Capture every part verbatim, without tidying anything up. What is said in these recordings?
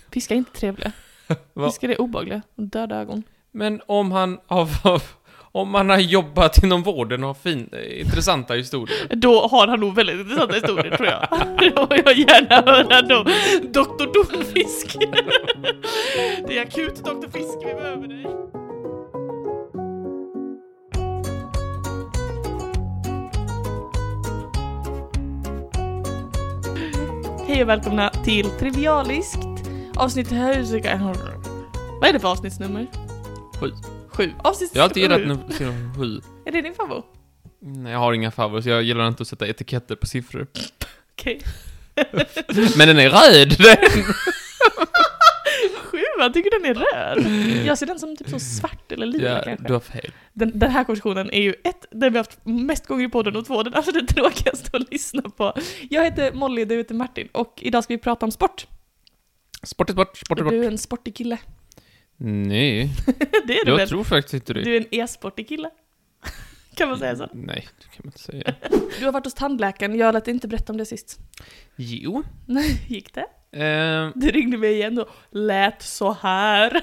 Fiskar är inte trevliga. Fiskar är obehagliga. Döda ögon. Men om han har, om han har jobbat inom vården och har fin, intressanta historier. Då har han nog väldigt intressanta historier, tror jag. Då vill jag gärna höra då. doktor Domfisk. Det är akut, doktor Fisk. Vi behöver dig. Hej och välkomna till Trivialiskt. Avsnitt här. Vad är det för avsnittsnummer? Sju. Sju. Avsnitt Jag har alltid gillat sju. nummer sju. Är det din favorit? Nej, jag har inga favoriter, så jag gillar inte att sätta etiketter på siffror. Okej. Men den är röd, den! Sju, jag tycker den är röd. Jag ser den som typ så svart eller lila Ja, kanske. du har fel. Den, den här konversationen är ju ett, den vi har haft mest gånger i podden, och två, den är alltså det tråkigaste att lyssna på. Jag heter Molly, du heter Martin, och idag ska vi prata om sport. Sport är sport, sport är sport. Du är en sportig kille. Nej, Det är du jag väl? tror faktiskt inte det. Du är en e-sportig kille. Kan man säga så? Nej, det kan man inte säga. Du har varit hos tandläkaren, jag lät inte berätta om det sist. Jo. Nej, gick det? Eh, Du ringde mig igen och lät så här.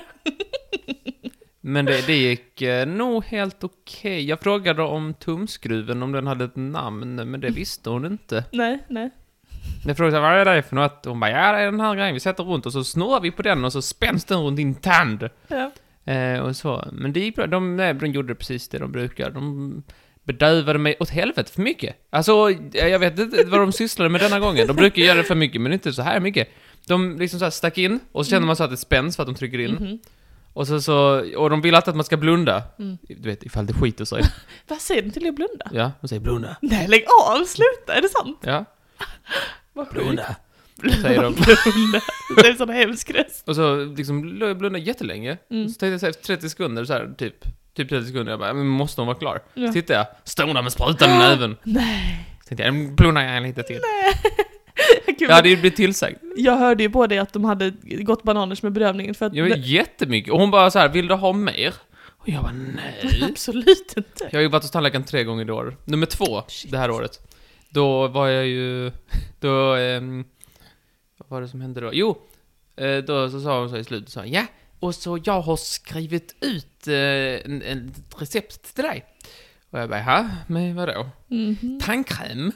men det, det gick eh, nog helt okej. Jag frågade om tumskruven, om den hade ett namn, men det visste hon inte. Nej, nej. Jag frågade vad är det för något? Hon bara, ja det är den här grejen vi sätter runt och så snurrar vi på den och så spänns den runt din tand. Ja. Eh, och så. Men det gick bra. De, nej, de gjorde precis det de brukar. De bedövade mig åt helvete för mycket. Alltså, jag vet inte vad de sysslade med denna gången. De brukar göra det för mycket, men inte så här mycket. De liksom så här stack in och så känner man så att det spänns för att de trycker in. Mm-hmm. Och så, så och de vill alltid att man ska blunda. Mm. Du vet, ifall det skiter sig. Vad säger du till att blunda? Ja, de säger blunda. Nej, lägg av, sluta, är det sant? Ja. Vad Blunda. Säger de. Blunda. Det är en sån hemsk röst. Och så liksom låg jag blunda jättelänge. Mm. Så tänkte jag så här, efter trettio sekunder så här, typ typ trettio sekunder, jag bara, men måste hon vara klar? Ja. Så tittade jag, stod där med sprutan i näven. Nej. Så tänkte jag, blundar jag lite till. Gud, Jag hade ju blivit tillsagd. jag hörde ju på det att de hade gått bananers med bedövningen för att Jag var det, jättemycket. Och hon bara så här, vill du ha mer? Och jag bara, nej. absolut inte. Jag har ju varit hos tandläkaren tre gånger i år. Nummer två, Shit. det här året. Då var jag ju, då, ehm, vad var det som hände då? Jo, eh, då så sa hon så i slutet, så, ja, och så jag har skrivit ut eh, en, en recept till dig. Och jag bara, ja, men vadå? Mm-hmm. Tandkräm?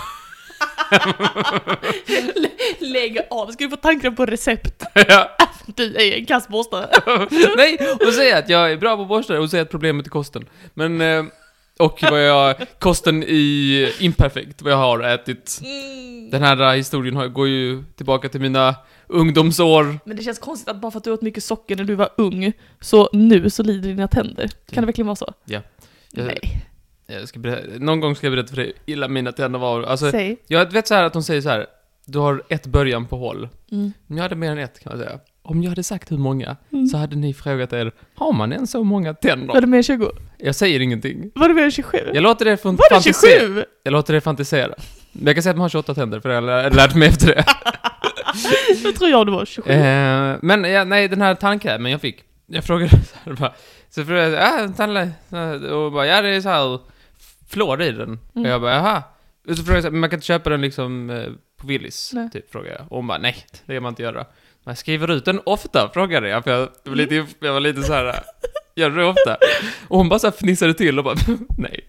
Lägg av, ska du få tandkräm på recept? Ja. Du är en kastborstare. Nej, hon säger att jag är bra på borstare och säger att problemet är kosten. Men, eh, och vad jag, kosten i imperfekt, vad jag har ätit. Mm. Den här historien har, går ju tillbaka till mina ungdomsår. Men det känns konstigt att bara för att du åt mycket socker när du var ung, så nu så lider dina tänder. Kan det verkligen vara så? Ja. Jag, Nej. jag ska berätta, någon gång ska jag berätta för dig hur illa mina tänder var. Alltså, Säg. jag vet så här att de säger så här, du har ett början på håll. Mm. Men jag hade mer än ett, kan jag säga. Om jag hade sagt hur många, Mm. så hade ni frågat er, har man än så många tänder? Var det mer än tjugo? Jag säger ingenting. Var det mer än tjugosju? Jag låter det Var det fantisera. tjugosju? Jag låter det fantisera. Men jag kan säga att man har tjugoåtta tänder, för jag har lär- lärt mig efter det. Jag tror jag det var tjugosju. eh, men ja, nej, den här tandkrämen jag fick. Jag frågade så här bara. Så frågade jag, ja, tandläkare. Och bara, ja, det är så här flår i den. Mm. Och jag bara, jaha. Och så frågade jag, så här, men man kan inte köpa den liksom eh, på Willys, Nej. typ, frågade jag. Och hon bara, nej, det kan man inte göra. Man skriver ut den ofta, frågade jag. För jag var lite, jag var lite så här, gör det ofta? Och hon bara så här fnissade till och bara, nej.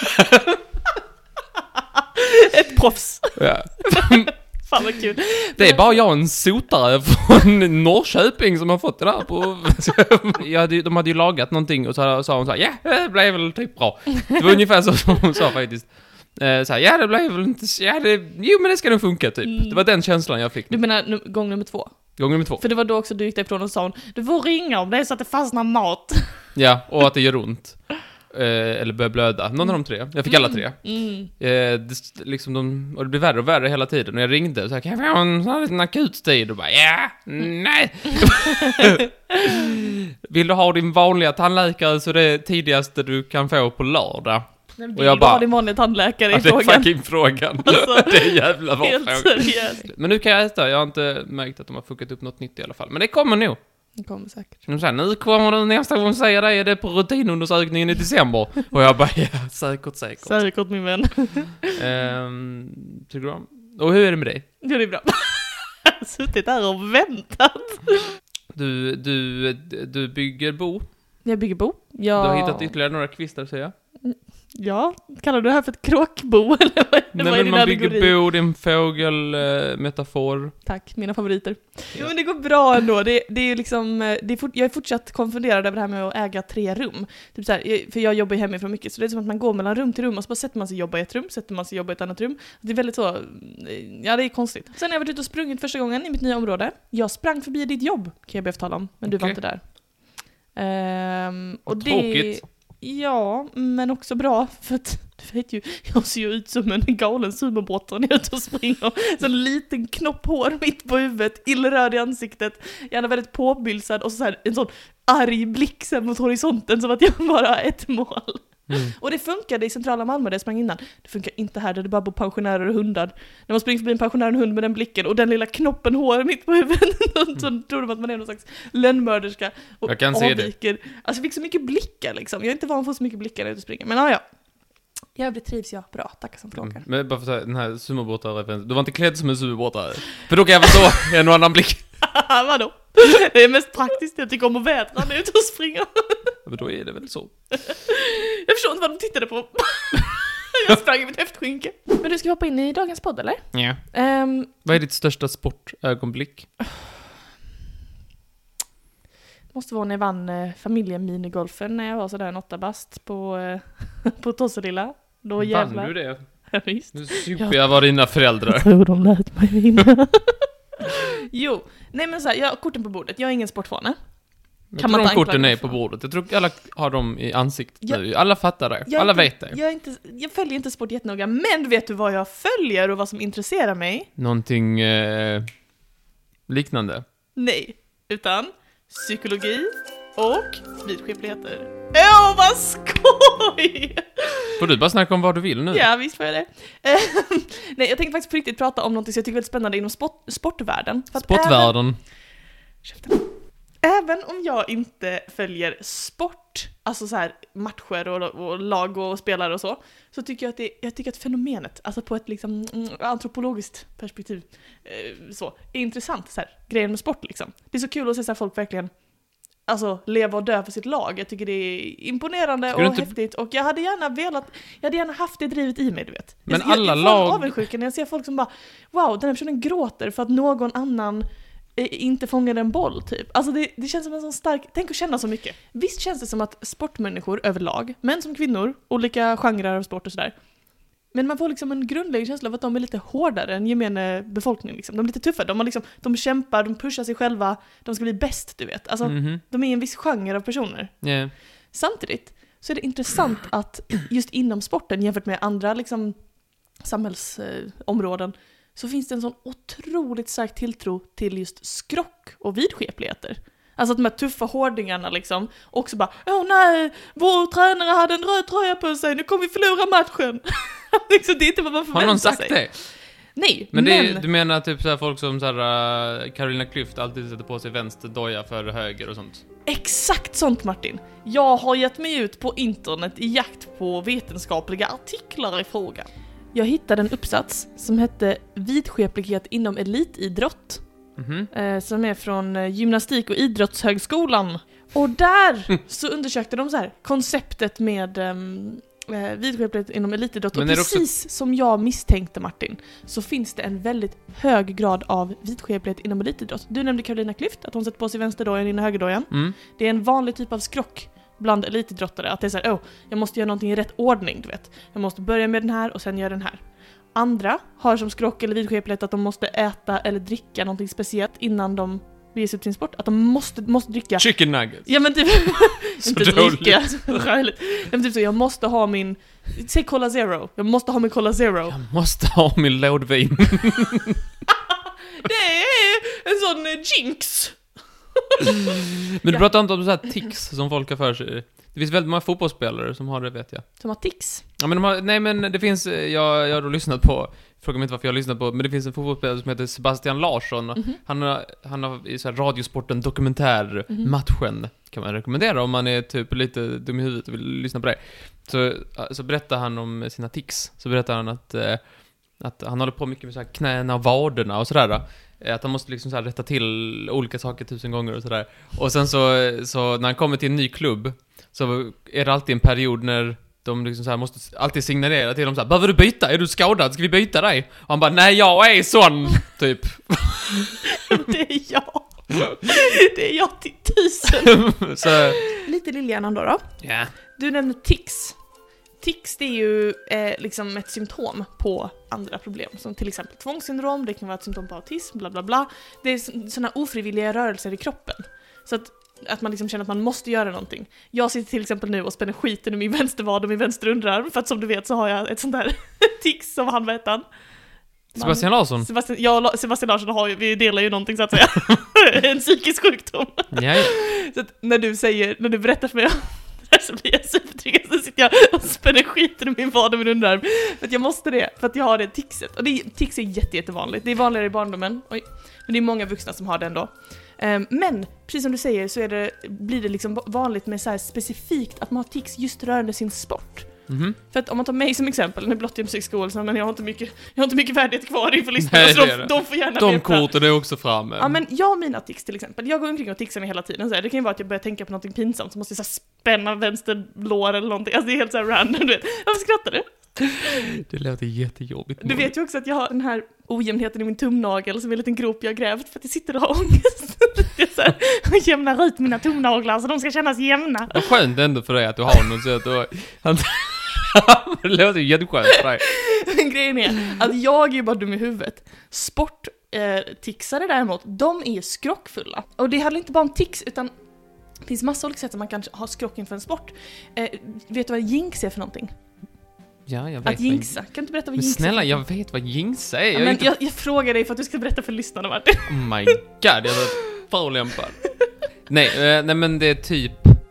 Ett proffs. Ja. Fan vad kul. Det är bara jag, en sotare från Norrköping, som har fått det där på... Jag hade, ju- de hade ju lagat någonting och så sa hon så här, ja, det blev väl typ bra. Det var ungefär så som hon sa faktiskt. Eh, Så här, ja, det blev väl inte... Ja, det, jo, men det ska nog funka, typ. Mm. Det var den känslan jag fick. Du menar nu, gång nummer två? Gång nummer två. För det var då också du gick därifrån och sa hon, du får ringa om det är så att det fastnar mat. Ja, och att det gör ont. Eh, eller börjar blöda. Någon av de tre. Jag fick alla tre. Mm. Eh, det, liksom de, och det blir värre och värre hela tiden. Och jag ringde så här, kan jag få en sån här liten akut tid? Och bara, ja, nej. Vill du ha din vanliga tandläkare så det är tidigaste du kan få på lördag? Men Och vill jag du bara- ha din vanliga tandläkare i Ja, det är frågan? fucking frågan. Alltså, Det är jävla bra Helt fråga. seriöst. Men nu kan jag äta. Jag har inte märkt att de har fuckat upp något nytt i alla fall. Men det kommer nog. Det kommer säkert. De säger, nu kommer du nästa gång säga det, är det på rutinundersökningen i december? Och jag bara, ja, säkert, säkert. Säkert min vän. Ehm, tycker du om? Och hur är det med dig? Ja, det är bra. har suttit där och väntat. Du, du, du bygger bo. Jag bygger bo. Jag... Du har hittat ytterligare några kvistar, säger jag. Ja, kallar du det här för ett kråkbo? Eller vad, Nej, vad är men man bygger bo, det är en fågelmetafor. Eh, Tack, mina favoriter. Jo, men det går bra ändå. Det, det är liksom, det är fort, jag är fortsatt konfunderad över det här med att äga tre rum. Typ så här, för jag jobbar ju hemifrån mycket, så det är som att man går mellan rum till rum och så bara sätter man sig jobba i ett rum, sätter man sig jobba i ett annat rum. Det är väldigt så, ja, det är konstigt. Sen har jag varit ute och sprungit första gången i mitt nya område. Jag sprang förbi ditt jobb, kan jag be tala om, men du okay. var inte där. Ehm, och det... Tråkigt. Ja, men också bra, för att du vet ju, jag ser ju ut som en galen sumobottare när jag är ute och springer. Så en liten knopp hår mitt på huvudet, illröd i ansiktet, gärna väldigt påbylsad och så här, en sån arg blick sen mot horisonten som att jag bara har ett mål. Mm. Och det funkade i centrala Malmö där jag sprang innan. Det funkar inte här där det bara bor pensionärer och hundar. När man springer förbi en pensionär och en hund med den blicken och den lilla knoppen hår mitt på huvudet så tror de att man är någon slags lönnmörderska och jag kan avviker. Se det. Alltså jag fick så mycket blickar liksom. Jag är inte van att få så mycket blickar när jag springer. Men ja, ja. Jag trivs jag bra, tackar som frågar. Mm. Men bara för att säga, den här sumobåtaren, du var inte klädd som en sumobåtare. För då kan jag förstå en och annan blick. Vadå? Det är mest praktiskt, jag tycker om att vädra när jag är ute och springer. Men då är det väl så. Jag förstår inte vad de tittade på. Jag sprang i mitt häftskynke. Men du ska hoppa in i dagens podd, eller? Ja. Um, vad är ditt största sportögonblick? Måste vara när jag vann eh, familjeminigolfen när jag var sådär en åtta bast på, eh, på Tosselilla. Då jävlar. Vann du det? Ja, visst. Nu super jag var dina föräldrar. Jag tror de lät mig vinna. Jo, nej men så här, jag har korten på bordet. Jag är ingen sportfåne. Jag kan tror man de korten är på bordet. Jag tror alla har dem i ansiktet jag, nu. Alla fattar det. Alla inte, vet det. Jag, är inte, jag följer inte sport jättenoga. Men vet du vad jag följer och vad som intresserar mig? Någonting eh, liknande. Nej, utan psykologi och vidskepligheter. Åh, vad skoj! Får du bara snacka om vad du vill nu? Ja, visst får jag det. Nej, jag tänkte faktiskt på riktigt prata om något som jag tycker är väldigt spännande inom sport, sportvärlden. För sportvärlden? Även, även om jag inte följer sport, alltså så här matcher och, och lag och spelare och så, så tycker jag att det, jag tycker att fenomenet, alltså på ett liksom antropologiskt perspektiv, eh, så, är intressant, så här, grejen med sport liksom. Det är så kul att se så här folk verkligen alltså leva och dö för sitt lag. Jag tycker det är imponerande och inte... häftigt. Och jag hade gärna velat, jag hade gärna haft det drivet i mig, du vet. Men jag, alla jag, jag lag... avundsjuka när jag ser folk som bara, wow, den här personen gråter för att någon annan eh, inte fångade en boll, typ. Alltså det, det känns som en sån stark, tänk att känna så mycket. Visst känns det som att sportmänniskor överlag, män som kvinnor, olika genrer av sport och sådär, men man får liksom en grundläggande känsla av att de är lite hårdare än gemene befolkning. Liksom. De är lite tuffare. De, har liksom, de kämpar, de pushar sig själva. De ska bli bäst, du vet. Alltså, mm-hmm. De är en viss genre av personer. Yeah. Samtidigt så är det intressant att just inom sporten jämfört med andra liksom, samhällsområden eh, så finns det en sån otroligt stark tilltro till just skrock och vidskepligheter. Alltså att de här tuffa hårdingarna liksom också bara, åh nej, vår tränare hade en röd tröja på sig, nu kommer vi förlora matchen. liksom, det är inte vad man förväntar sig. Har någon sagt sig. det? Nej, men... men... Det, du menar typ så här folk som så här, uh, Carolina Klüft alltid sätter på sig vänster doja för höger och sånt? Exakt sånt, Martin. Jag har gett mig ut på internet i jakt på vetenskapliga artiklar i frågan. Jag hittade en uppsats som hette Vidskeplighet inom elitidrott. Mm-hmm. Eh, som är från eh, Gymnastik- och idrottshögskolan. Och där så undersökte de så här konceptet med eh, vidskeplighet inom elitidrott. Men och precis också... som jag misstänkte, Martin, så finns det en väldigt hög grad av vidskeplighet inom elitidrott. Du nämnde Carolina Klüft, att hon sätter på sig vänsterdojan innan högerdojan. Mm. Det är en vanlig typ av skrock bland elitidrottare, att det är så här, åh, jag måste göra någonting i rätt ordning, du vet. Jag måste börja med den här och sen göra den här. Andra har som skrock eller vidskeplighet att de måste äta eller dricka någonting speciellt innan de beger sig ut sin sport. Att de måste, måste dricka... Chicken nuggets. Ja, men typ... inte dricka. Skäligt. Men typ så, jag måste ha min... Säg Cola Zero. Jag måste ha min Cola Zero. Jag måste ha min lådvin. Det är en sån jinx. Men du pratar inte om så här tics som folk har för sig. Det finns väldigt många fotbollsspelare som har det, vet jag. Som har tics? Ja, men de har, nej, men det finns, jag, jag har då lyssnat på, fråga mig inte varför jag har lyssnat på, men det finns en fotbollsspelare som heter Sebastian Larsson. Mm-hmm. Han har, han har i så här radiosporten dokumentär mm-hmm. matchen, kan man rekommendera om man är typ lite dum i huvudet och vill lyssna på det. Så, så berättar han om sina tics. Så berättar han att, att han håller på mycket med så här knäna och vaderna och sådär. Att han måste liksom så här rätta till olika saker tusen gånger och sådär. Och sen så, så när han kommer till en ny klubb så är det alltid en period när de liksom så här måste alltid signalera till dem så här: behöver du byta? Är du skadad? Ska vi byta dig? Och han bara, nej, jag är sån, typ. Det är jag. Det är jag till tusen. Så... Lite Lillhjärnan då då. Yeah. Du nämnde tics. Tics, det är ju eh, liksom ett symptom på andra problem. Som till exempel tvångssyndrom, det kan vara ett symptom på autism, bla bla bla. Det är sådana ofrivilliga rörelser i kroppen. Så att, att man liksom känner att man måste göra någonting. Jag sitter till exempel nu och spänner skiten i min vänstervad och min vänster underarm. För att som du vet så har jag ett sånt där tics som han vet han. Sebastian Larsson? Sebastian, ja, Sebastian Larsson har ju, vi delar ju någonting så att säga. En psykisk sjukdom. Ja, ja. Så att när du säger, när du berättar för mig så blir jag supertrygg, så sitter jag och spänner skiten i min vad och min underarm. För att jag måste det, för att jag har det tixet. Och det, tics är jätte, jättevanligt. Det är vanligare i barndomen. Oj. Men det är många vuxna som har det ändå. Um, men, precis som du säger, så är det, blir det liksom vanligt med så här specifikt att man har tics just rörande sin sport. Mm-hmm. För att om man tar mig som exempel, nu blott jag psykskolan, men jag har inte mycket, jag har inte mycket värdighet kvar inför lyssnarna, så de, de får gärna de veta. korten är också framme. Ja, men jag har mina tics till exempel. Jag går omkring och tixar mig hela tiden. Så här. Det kan ju vara att jag börjar tänka på något pinsamt, så måste jag så här spänna vänster lår eller någonting. Alltså det är helt så här random, du vet. Varför skrattar du? Det låter jättejobbigt. Du vet ju också att jag har den här ojämnheten i min tumnagel som är en liten grop jag har grävt för att jag sitter och har ångest. Det är så här, och jämnar ut mina tumnaglar så de ska kännas jämna. Vad skönt ändå för dig att du har något så att du... Han... Det låter ju jätteskönt för dig. Men grejen är att jag är ju bara dum i huvudet. Sport eh, tixare däremot, de är skrockfulla. Och det handlar inte bara om tics, utan det finns massa olika sätt att man kan ha skrock inför en sport. Eh, vet du vad jinx är för någonting? Ja, jag vet. Att jinxa. Kan du inte berätta vad men jinxa är? snälla, jag vet vad jinxa är. Ja, jag, men inte... jag, jag frågar dig för att du ska berätta för lyssnarna, Martin. Oh my god, jag är förolämpad. nej, eh, nej, men det är typ...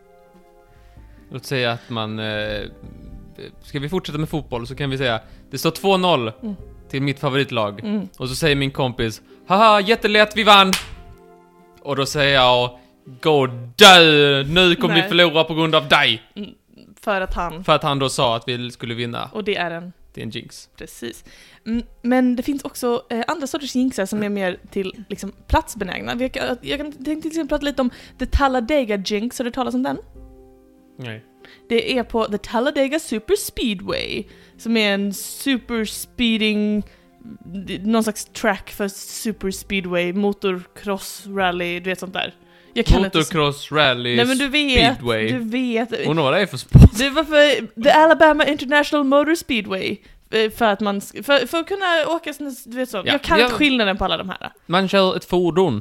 Låt säga att man... Eh, ska vi fortsätta med fotboll så kan vi säga det står två noll mm. till mitt favoritlag. Mm. Och så säger min kompis, haha, jättelätt, vi vann. Och då säger jag, gå dö, nu kommer vi förlora på grund av dig. Mm. För att han... För att han då sa att vi skulle vinna. Och det är en... Det är en jinx. Precis. Mm, men det finns också eh, andra sorters jinxar som är mer till liksom, platsbenägna. Jag kan, jag kan till exempel prata lite om The Talladega Jinx. Har du talat om den? Nej. Det är på The Talladega Super Speedway, som är en super speeding, någon slags track för super speedway, motocross rally, du vet sånt där. Jag kan motocross inte... rally. Nej, men du vet, speedway. Du vet. Och vad det är för sport? Det var för The Alabama International Motor Speedway, för att man för, för att kunna åka, du vet så. Ja, jag kan jag... inte skillnaden på alla de här. Man kör ett fordon.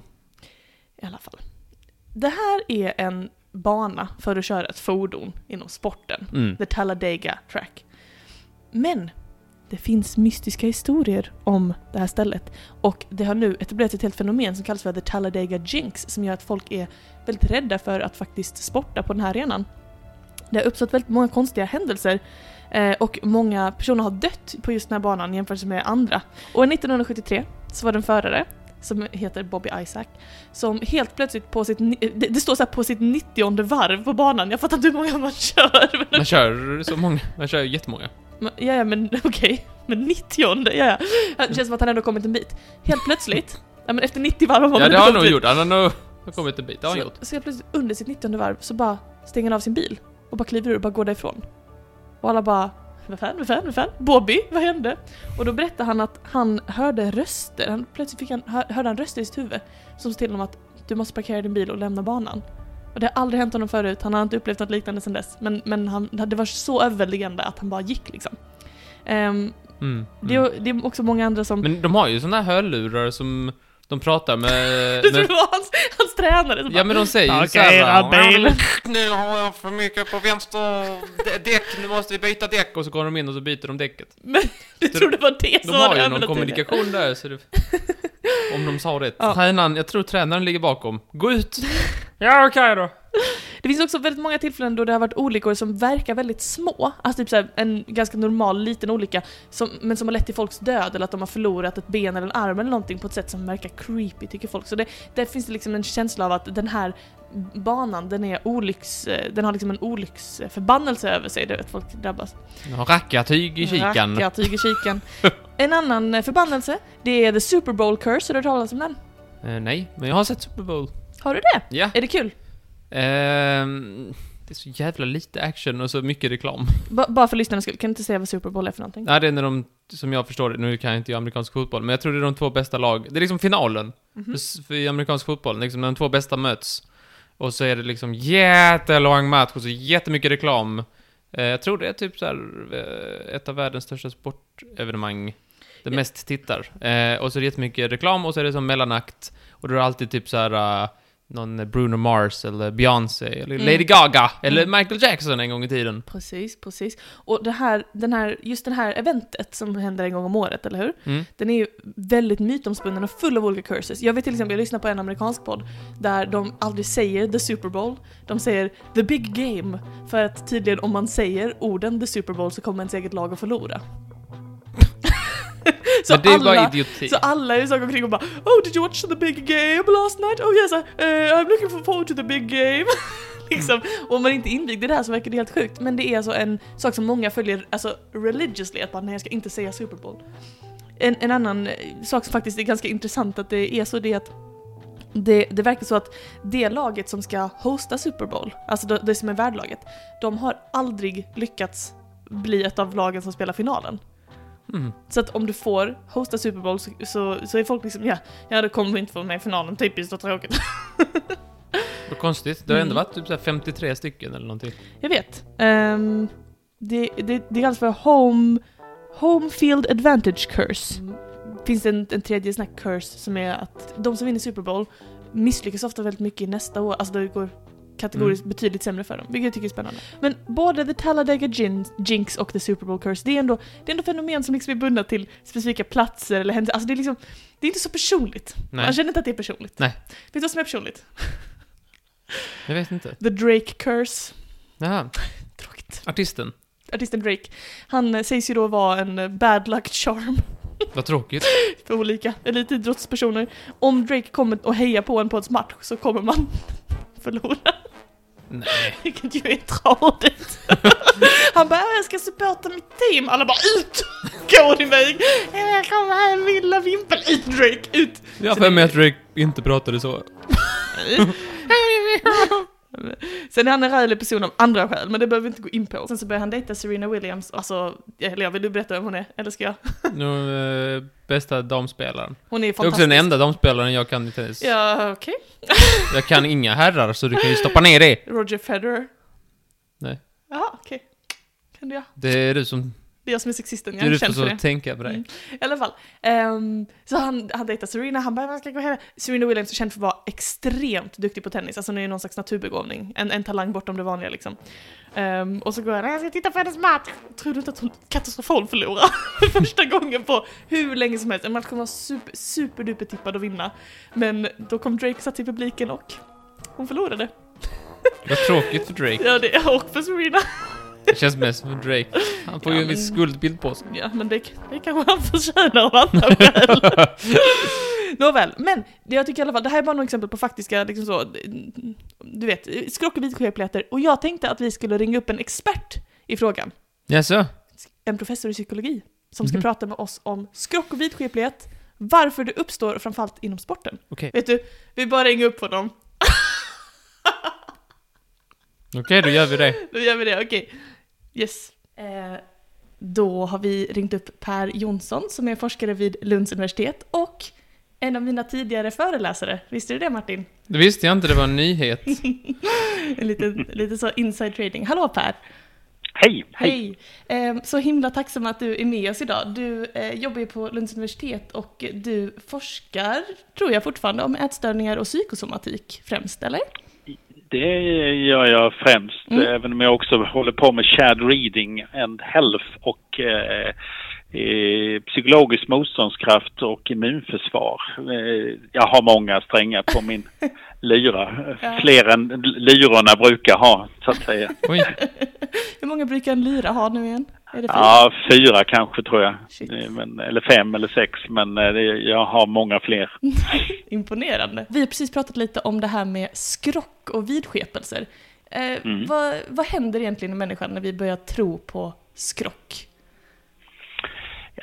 I alla fall. Det här är en bana för att köra ett fordon inom sporten. Mm. The Talladega Track. Men det finns mystiska historier om det här stället. Och det har nu etablerat ett helt fenomen som kallas för The Talladega Jinx, som gör att folk är väldigt rädda för att faktiskt sporta på den här arenan. Det har uppstått väldigt många konstiga händelser eh, och många personer har dött på just den här banan jämfört med andra. Och nittonhundrasjuttiotre så var det en förare som heter Bobby Isaac, som helt plötsligt på sitt, det, det står så här på sitt nittionde varv på banan. Jag fattar inte hur många man kör. Man kör så många, man kör jättemånga. Ja, ja, men okej. Okay. Men nittionde, ja, ja. Det känns som att han ändå kommit en bit. Helt plötsligt, ja, men efter nittio varv har man... Ja, det har han nog gjort. Han har nog kommit en bit, det har han så, gjort. Så helt plötsligt under sitt nittionde varv så bara stänger han av sin bil och bara kliver ur och bara går därifrån. Och alla bara... Vad fan, vad fan, vad fan? Bobby, vad hände? Och då berättade han att han hörde röster. Han, plötsligt fick han, hör, hörde han röster i sitt huvud som sa till honom att du måste parkera din bil och lämna banan. Och det har aldrig hänt honom förut. Han har inte upplevt något liknande sedan dess. Men, men han, det var så överväldigande att han bara gick liksom. Um, mm, mm. Det, är, det är också många andra som... Men de har ju såna här hörlurar som... De pratar med... Det tror var hans, hans tränare som ja, men de säger ju såhär... Nu har jag för mycket på vänster däck, nu måste vi byta däck. Och så går de in och så byter de däcket. Men du tror det var det som de har ju någon kommunikation där, så det, om de sa det. Ja. Tränaren, jag tror tränaren ligger bakom. Gå ut! Ja, okej okay då. Det finns också väldigt många tillfällen då det har varit olyckor som verkar väldigt små. Alltså typ så här, en ganska normal liten olycka som, men som har lett till folks död, eller att de har förlorat ett ben eller en arm eller någonting på ett sätt som verkar creepy, tycker folk. Så det, där finns det liksom en känsla av att den här banan, den är olycks, den har liksom en olycksförbannelse över sig, det vet folk drabbas. Den har rackartyg i kikan. Rackartyg i kikan. En annan förbannelse, det är The Super Bowl Curse. Har du hört talas om den? Eh, nej, men jag har sett Super Bowl. Har du det? Ja. Är det kul? Ehm, det är så jävla lite action och så mycket reklam. B- bara för lyssnarnas skull, kan du inte säga vad Super Bowl är för någonting? Nej, det är när de, som jag förstår det, nu kan jag inte i amerikansk fotboll, men jag tror det är de två bästa lag. Det är liksom finalen Mhm. för, för i amerikansk fotboll, liksom när de två bästa möts. Och så är det liksom jättelång match och så jättemycket reklam. Eh, jag tror det är typ så här eh, ett av världens största sportevenemang. Det Ja. mest tittar. Eh, och så är det jättemycket reklam och så är det som mellanakt. Och då är det alltid typ så här uh, någon Bruno Mars eller Beyoncé eller Mm. Lady Gaga eller Mm. Michael Jackson en gång i tiden. Precis, precis. Och det här, den här, just det här eventet som händer en gång om året, eller hur? Mm. Den är ju väldigt mytomspunnen och full av olika curses. Jag vet till exempel, jag lyssnar på en amerikansk podd där de aldrig säger the Super Bowl. De säger the big game. För att tydligen om man säger orden the Super Bowl så kommer ens eget lag att förlora. Så Men det är alla, bara idioti. så alla är så omkring och bara oh, did you watch the big game last night? Oh yes, I, uh, I'm looking forward to the big game. liksom. Och om man inte invigde det här så verkar det helt sjukt. Men det är alltså en sak som många följer alltså religiously, att man nej, jag ska inte säga Super Bowl. En, en annan sak som faktiskt är ganska intressant att det är så det är att det, det verkar så att det laget som ska hosta Super Bowl, alltså det, det som är värdlaget, de har aldrig lyckats bli ett av lagen som spelar finalen. Mm. Så att om du får hosta Super Bowl så, så, så är folk liksom, ja, ja, det kommer vi inte få med i finalen, typiskt och tråkigt. Vad konstigt. Det har ändå Mm. varit typ så här femtiotre stycken eller någonting. Jag vet. Um, det, det, det kallas för home, home field advantage curse. Mm. Finns det en, en tredje sån här curse som är att de som vinner Super Bowl misslyckas ofta väldigt mycket i nästa år. Alltså det går kategoriskt Mm. betydligt sämre för dem, vilket jag tycker är spännande. Men både The Talladega Gin- Jinx och The Super Bowl Curse, det är ändå, det är ändå fenomen som liksom är bundna till specifika platser eller händelser. Alltså det är liksom, det är inte så personligt. Nej. Man känner inte att det är personligt. Nej. Vet du vad som är personligt? Jag vet inte. The Drake Curse. Jaha. Tråkigt. Artisten. Artisten Drake. Han eh, sägs ju då vara en eh, bad luck charm Vad tråkigt. för olika elitidrottspersoner. Om Drake kommer och hejar på en på ett match så kommer man förlora. Nej. Vilket ju är tråkigt. Han bara, jag ska supporta mitt team. Alla bara, ut! Gå din väg. Jag kommer här, lilla vimpel. Ut, Drake, ut! Jag har för mig att Drake inte pratade så. Sen är han en rälig person av andra skäl, men det behöver vi inte gå in på. Sen så börjar han dejta Serena Williams. Alltså, eller jag vill du berätta vem hon är? Eller ska jag? Nu, eh, bästa damspelaren. Hon är Det är också fantastisk. den enda damspelaren jag kan i tennis. Ja, okej. Jag kan inga herrar, så du kan ju stoppa ner det. Roger Federer. Nej. Jaha, okej. Kan du ja. Det är du som... Det är jag som är sexisten, Det är jag du känner som för får det. tänka på dig. Mm. I alla fall. Ehm, så han, han dejtar Serena, han bara, vad ska jag gå här? Serena Williams är känd för att vara extremt duktig på tennis, alltså hon är ju någon slags naturbegåvning, en, en talang bortom det vanliga liksom. Ehm, och så går han, jag ska titta på hennes match. Tror du inte att hon katastrofalt förlorar? Första gången på hur länge som helst. En match kommer vara super, superduper tippad att vinna. Men då kom Drake satt i publiken och hon förlorade. Vad tråkigt för Drake. Ja, det är och för Serena. Det känns mest som för Drake. Han får Ja, ju en men- viss skuldbild på sig. Ja, men det, det kanske han förtjänar av andra skäl. Nåväl, men det jag tycker i alla fall, det här är bara några exempel på faktiska, liksom så, du vet, skrock och vidskepligheter. Och jag tänkte att vi skulle ringa upp en expert i frågan. Jaså? En professor i psykologi som ska Mhm. prata med oss om skrock och vidskeplighet, varför det uppstår och framförallt inom sporten. Okej. Vet du, vi bara ringer upp honom. Okej, då gör vi det. Då gör vi det, okej. Yes. Eh, då har vi ringt upp Per Jonsson som är forskare vid Lunds universitet och en av mina tidigare föreläsare. Visste du det, Martin? Det visste jag inte, det var en nyhet. En liten, lite så inside trading. Hallå Per! Hej, hej. Hej! Eh, så himla tacksam att du är med oss idag. Du eh, jobbar ju på Lunds universitet och du forskar, tror jag fortfarande, om ätstörningar och psykosomatik främst, eller? Det gör jag främst, Mm. även om jag också håller på med shared reading and health och eh, eh, psykologisk motståndskraft och immunförsvar. Eh, jag har många strängar på min lyra, Ja. fler än lyrorna brukar ha, så att säga. Oj. Hur många brukar en lyra ha nu igen? Är det fyra? Ja, fyra kanske tror jag, Shit. Eh, men, eller fem eller sex, men eh, det, jag har många fler. Imponerande. Vi har precis pratat lite om det här med skrock och vidskepelser. Eh, Mm. vad, vad händer egentligen i människan när vi börjar tro på skrock?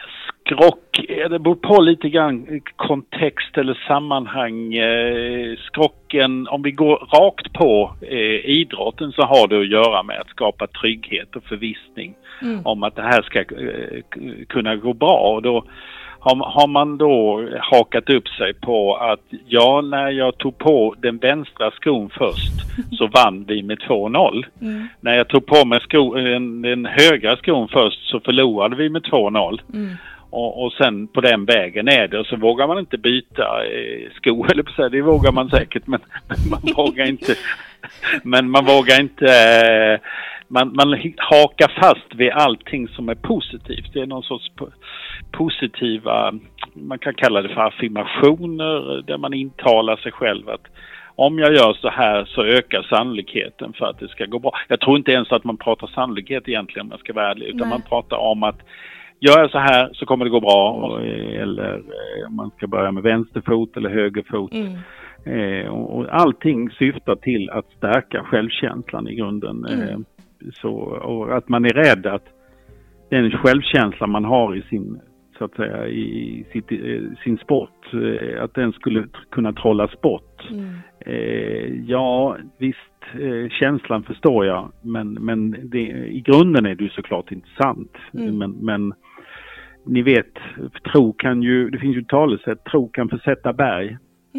skrock, det beror på lite grann kontext eller sammanhang. Eh, skrocken, om vi går rakt på eh, idrotten, så har det att göra med att skapa trygghet och förvissning mm. om att det här ska eh, kunna gå bra. Och då har, har man då hakat upp sig på att ja, när jag tog på den vänstra skon först så vann vi med två noll. Mm. När jag tog på mig sko, den, den högra skon först så förlorade vi med två noll. Mm. Och, och sen på den vägen är det, och så vågar man inte byta eh, sko, eller på så, det vågar man säkert, men, men man vågar inte men man vågar inte eh, man, man hakar fast vid allting som är positivt. Det är någon sorts po- positiva, man kan kalla det för affirmationer, där man intalar sig själv att om jag gör så här så ökar sannolikheten för att det ska gå bra. Jag tror inte ens att man pratar sannolikhet egentligen, om jag ska vara ärlig, utan Nej. man pratar om att gör jag så här så kommer det gå bra. Och, eller om man ska börja med vänsterfot eller högerfot. Mm. Eh, och, och allting syftar till att stärka självkänslan i grunden. Mm. Eh, så, och att man är rädd att den självkänsla man har i sin, så att säga, i sitt, eh, sin sport, eh, att den skulle kunna trollas bort. Mm. Eh, ja, visst, eh, känslan förstår jag, men, men det, i grunden är det ju såklart inte sant. Mm. Men, men ni vet, tro kan ju, det finns ju talesätt, tro kan försätta berg.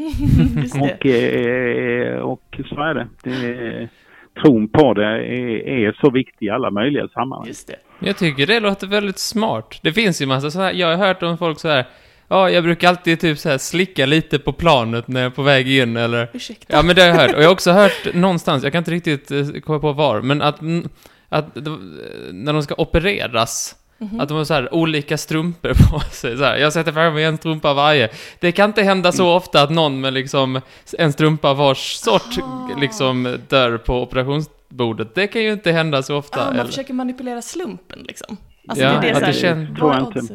och, eh, och så är det. det tron på det är, är så viktig i alla möjliga sammanhang. Just det. Jag tycker det låter väldigt smart. Det finns ju massa så här, jag har hört om folk så här, ja, jag brukar alltid typ så här slicka lite på planet när jag är på väg in, eller Ursäkta. Ja, men det har jag hört. Och jag har också hört någonstans, jag kan inte riktigt komma på var, men att, att när de ska opereras, mm-hmm. att de har så här olika strumpor på sig så här. Jag sätter fram en strumpa varje. Det kan inte hända så ofta att någon med liksom en strumpa vars sort oh. liksom dör på operationsbordet. Det kan ju inte hända så ofta. Ah, man eller? försöker manipulera slumpen liksom. Alltså ja, det är det, att det känns... Tror jag inte.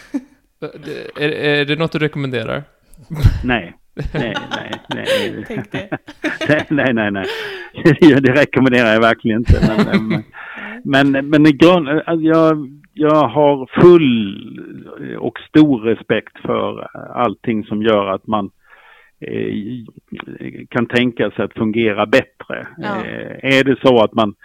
Är, är det något du rekommenderar? Nej. Nej, nej, nej. Tänk det. nej, nej, nej. Det rekommenderar jag verkligen inte. Men, men, men i grund, jag, jag har full och stor respekt för allting som gör att man eh, kan tänka sig att fungera bättre. Ja. Eh, är det så att man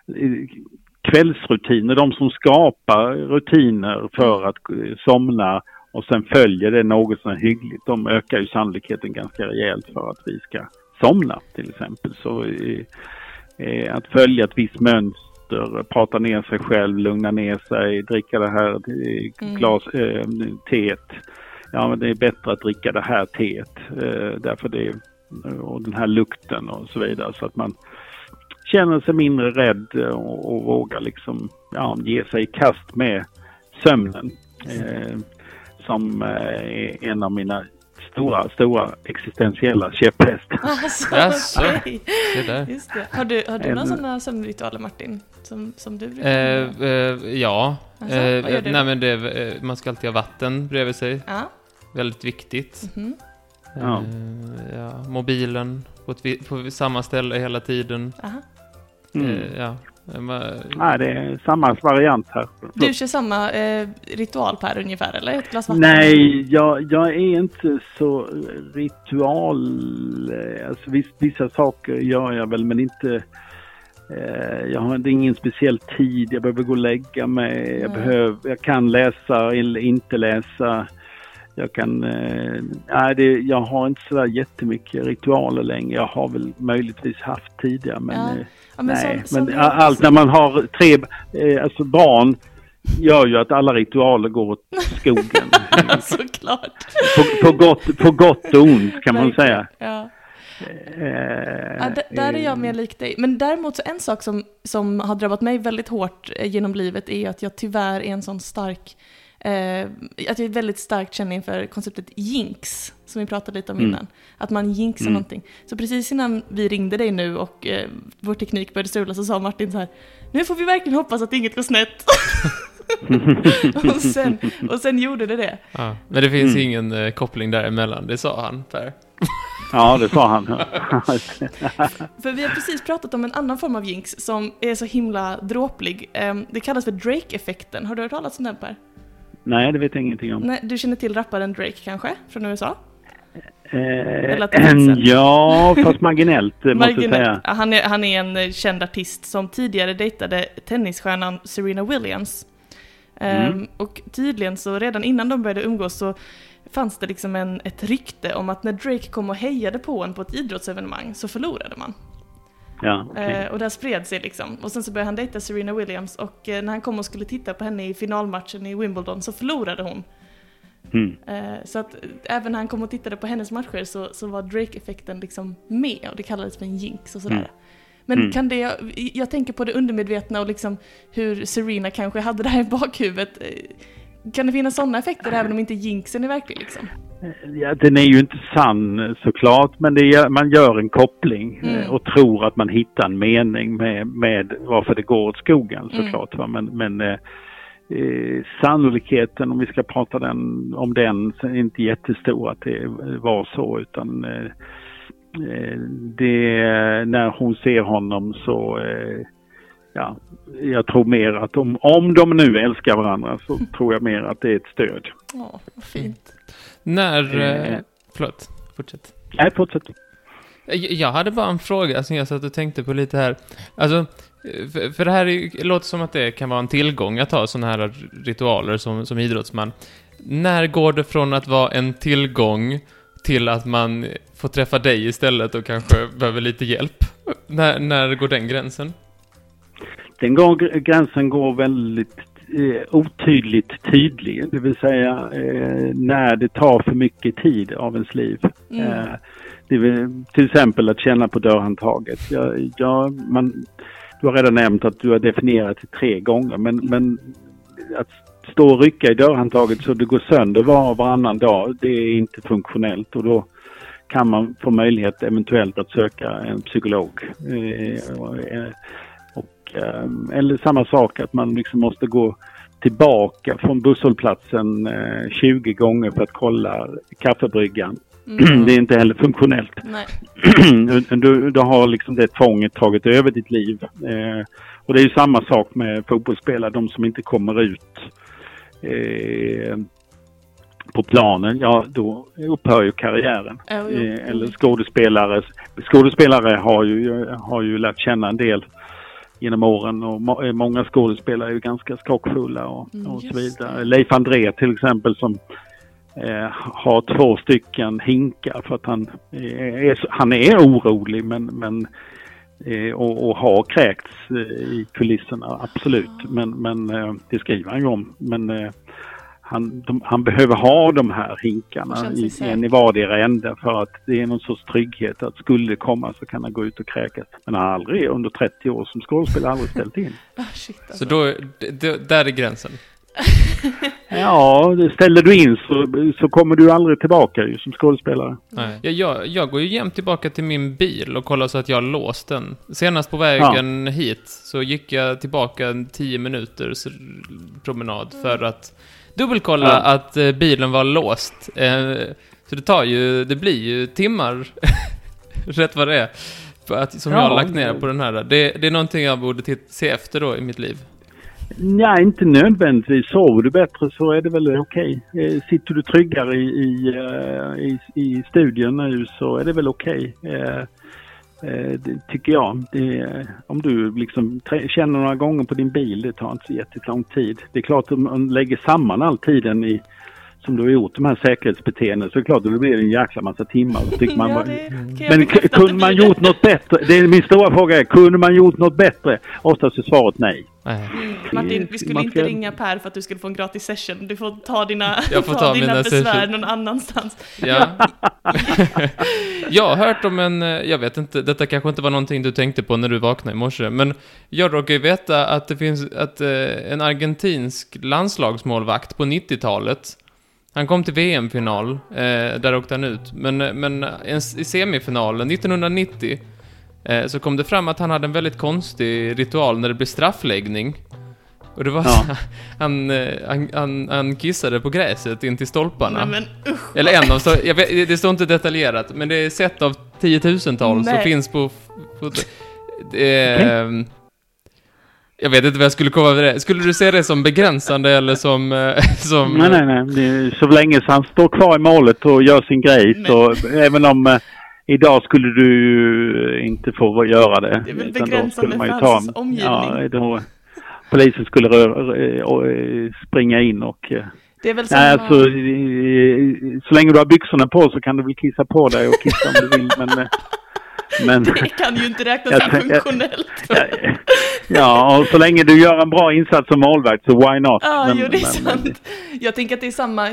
kvällsrutiner, de som skapar rutiner för att såmna och sen följer det något som är hyggligt, de ökar ju sannolikheten ganska rejält för att vi ska somna till exempel. Så eh, att följa ett visst mönster, prata ner sig själv, lugna ner sig, dricka det här eh, glas, eh, teet. Ja, men det är bättre att dricka det här teet eh, därför det och den här lukten och så vidare, så att man känner sig mindre rädd och, och vågar liksom ja, ge sig i kast med sömnen. Eh, som är en av mina stora, stora existentiella käpphästar. Alltså, yes, okay. det där. Just det. Har du, har du några sådana sömnritualer, Martin? Som, som du brukar eh, eh, Ja. Alltså, eh, vad gör du? Nej, men det, man ska alltid ha vatten bredvid sig. Ja. Väldigt viktigt. Mm-hmm. Eh, ja, mobilen på, ett, på samma ställe hela tiden. Aha. Mm. Eh, ja. Nej, det är samma variant här. Du kör samma eh, ritual per ungefär, eller? Ett glas vatten? Nej, jag, jag är inte så ritual. Alltså, viss, vissa saker gör jag väl, men inte... Eh, jag har ingen speciell tid. Jag behöver gå och lägga mig. Jag, behöver, jag kan läsa eller inte läsa. Jag kan... Eh, nej, det, jag har inte sådär jättemycket ritualer längre. Jag har väl möjligtvis haft tidigare, men... Ja. Eh, Ja, men nej, som, men som allt när man har tre eh, alltså barn gör ju att alla ritualer går åt skogen. Såklart. På, på, gott, på gott och ont kan man säga. Ja. Eh, ja, d- där är jag mer lik dig. Men däremot så en sak som, som har drabbat mig väldigt hårt eh, genom livet är att jag tyvärr är en sån stark eh, att jag är väldigt starkt känner inför konceptet jinx, som vi pratade lite om mm. innan. Att man jinxar mm. någonting. Så precis innan vi ringde dig nu och eh, vår teknik började strula, så sa Martin så här: nu får vi verkligen hoppas att inget går snett. och, sen, och sen gjorde det det. Ja, men det finns mm. ingen eh, koppling däremellan, det sa han, Per. Ja, det sa han. För vi har precis pratat om en annan form av jinx som är så himla dråplig. Det kallas för Drake-effekten. Har du hört talas om den, Per? Nej, det vet jag ingenting om. Nej, du känner till rapparen Drake kanske, från U S A? Eh, ja, fast marginellt måste jag säga. Han är, han är en känd artist som tidigare dejtade tennisstjärnan Serena Williams. Mm. Um, och tydligen så redan innan de började umgås så fanns det liksom en, ett rykte om att när Drake kom och hejade på en på ett idrottsevenemang så förlorade man. Ja, okay. uh, och där spred sig liksom. Och sen så började han dejta Serena Williams och uh, när han kom och skulle titta på henne i finalmatchen i Wimbledon så förlorade hon. Mm. Uh, så att uh, även när han kom och tittade på hennes matcher så, så var Drake-effekten liksom med och det kallades för en jinx och sådär. Mm. Men mm. kan det, jag tänker på det undermedvetna och liksom hur Serena kanske hade det här i bakhuvudet. Kan det finnas sådana effekter även om inte jinxen är verklig liksom? Ja, den är ju inte sann såklart, men det är, man gör en koppling mm. och tror att man hittar en mening med, med varför det går åt skogen såklart. Mm. Va? Men, men eh, sannolikheten, om vi ska prata den, om den, så är inte jättestor att det var så, utan eh, det, när hon ser honom så eh, ja, jag tror mer att om, om de nu älskar varandra så tror jag mer att det är ett stöd. Ja, vad fint. När, eh, förlåt, fortsätt. Nej, fortsätt. Jag hade bara en fråga som jag satt och tänkte på lite här. Alltså, för, för det här är, låter som att det kan vara en tillgång att ha sådana här ritualer som, som idrottsman. När går det från att vara en tillgång till att man får träffa dig istället och kanske behöver lite hjälp? När, när går den gränsen? Den går, gränsen går väldigt eh, otydligt tydlig. Det vill säga eh, när det tar för mycket tid av ens liv. Mm. Eh, det vill, till exempel att känna på dörrhandtaget. Jag, jag, man, du har redan nämnt att du har definierat det tre gånger. Men, men att stå och rycka i dörrhandtaget så det går sönder var och varannan dag, det är inte funktionellt. Och då kan man få möjlighet eventuellt att söka en psykolog. Eh, och, och, eller samma sak att man liksom måste gå tillbaka från busshållplatsen eh, tjugo gånger för att kolla kaffebryggan. Mm. Det är inte heller funktionellt. Nej. du, du har liksom det tvånget tagit över ditt liv. Eh, och det är ju samma sak med fotbollsspelare, de som inte kommer ut eh, på planen, ja då upphör ju karriären. Oh, jo. Eh, eller skådespelare. Skådespelare har ju, har ju lärt känna en del genom åren och må, många skådespelare är ju ganska skakfulla och, mm, och så vidare. Leif André till exempel som eh, har två stycken hinkar för att han, eh, är, han är orolig men, men eh, och, och har kräkts eh, i kulisserna, absolut. Men, men eh, det skriver han ju om. Men eh, Han, de, han behöver ha de här hinkarna i, en i vardera ände för att det är någon sorts trygghet att skulle det komma så kan han gå ut och kräkas. Men han har aldrig under trettio år som skådespelare aldrig ställt in. Oh, shit, alltså. Så då, d- där är gränsen? Ja, ställer du in så, så kommer du aldrig tillbaka ju, som skådespelare. Nej. Jag, jag, jag går ju jämt tillbaka till min bil och kollar så att jag har låst den. Senast på vägen ja. hit så gick jag tillbaka en tio minuters promenad för att dubbelkolla ja. att eh, bilen var låst. Eh, så det tar ju, det blir ju timmar rätt vad det är för att, som ja, jag har lagt ner på den här. Det, det är någonting jag borde t- se efter då i mitt liv. Nej, inte nödvändigtvis. Sover du bättre så är det väl okej. Okay. Sitter du tryggare i, i, i, i studion nu så är det väl okej. Okay. Eh, Det tycker jag. Det, om du liksom tre, känner några gånger på din bil, det tar inte så jättelång tid. Det är klart att man lägger samman all tiden i, som du har gjort, de här säkerhetsbeteenden, så är det klart att det blir en jäkla massa timmar. Tycker man, ja, det, men k- kunde man gjort något bättre? Det är min stora fråga är, kunde man gjort något bättre? Oftast är svaret nej. Mm. Martin, vi skulle ska... inte ringa Per för att du skulle få en gratis session. Du får ta dina, jag får ta ta dina besvär session någon annanstans. Ja. Jag har hört om en, jag vet inte, detta kanske inte var någonting du tänkte på när du vaknade i morse, men jag råkar ju veta att det finns att, eh, en argentinsk landslagsmålvakt på nittiotalet. Han kom till V M-final, eh, där åkte han ut. Men, men en, i semifinalen nittonhundranittio eh, så kom det fram att han hade en väldigt konstig ritual när det blev straffläggning. Och det var ja. så, han, han, han, han kissade på gräset in till stolparna. Nej, men, usch. Eller en av, så, jag vet, det står inte detaljerat, men det är sett av tiotusentals som finns på... på det, eh, Jag vet inte vad jag skulle komma med det. Skulle du se det som begränsande eller som... eh, som Nej, nej, nej. Det är, så länge han står kvar i målet och gör sin grej. Men- Så även om eh, idag skulle du ju inte få göra det. Det är väl utan då begränsande skulle man ju för ta- hans omgivning. Ja, då, polisen skulle rö- rö- och, eh, springa in och... eh, Det är väl samma... Nej, alltså, eh, så länge du har byxorna på så kan du väl kissa på dig och kissa om du vill. Men, eh, men Det kan ju inte räknas Jag som tänk- jag- funktionellt. ja, och så länge du gör en bra insats som målvakt så why not? Ja, men, jo, det är men- sant. Jag tänker att det är samma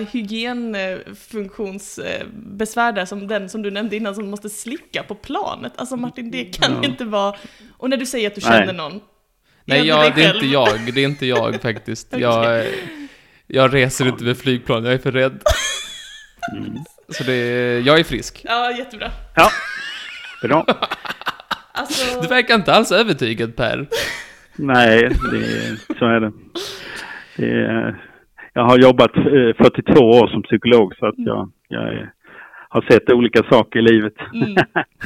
hygienfunktionsbesvär där som den som du nämnde innan som måste slicka på planet. Alltså Martin, det kan ju Ja. inte vara... Och när du säger att du Nej. känner någon... Nej, gör du jag, dig det är själv? inte jag. Det är inte jag faktiskt. Jag, eh, jag reser inte med flygplan. Jag är för rädd. Mm. Så det är, jag är frisk. Ja, jättebra. Ja, bra. Alltså... Du verkar inte alls övertygad, Per. Nej, det, så är det. det är, jag har jobbat eh, fyrtiotvå år som psykolog så att jag, jag är, har sett olika saker i livet. Mm.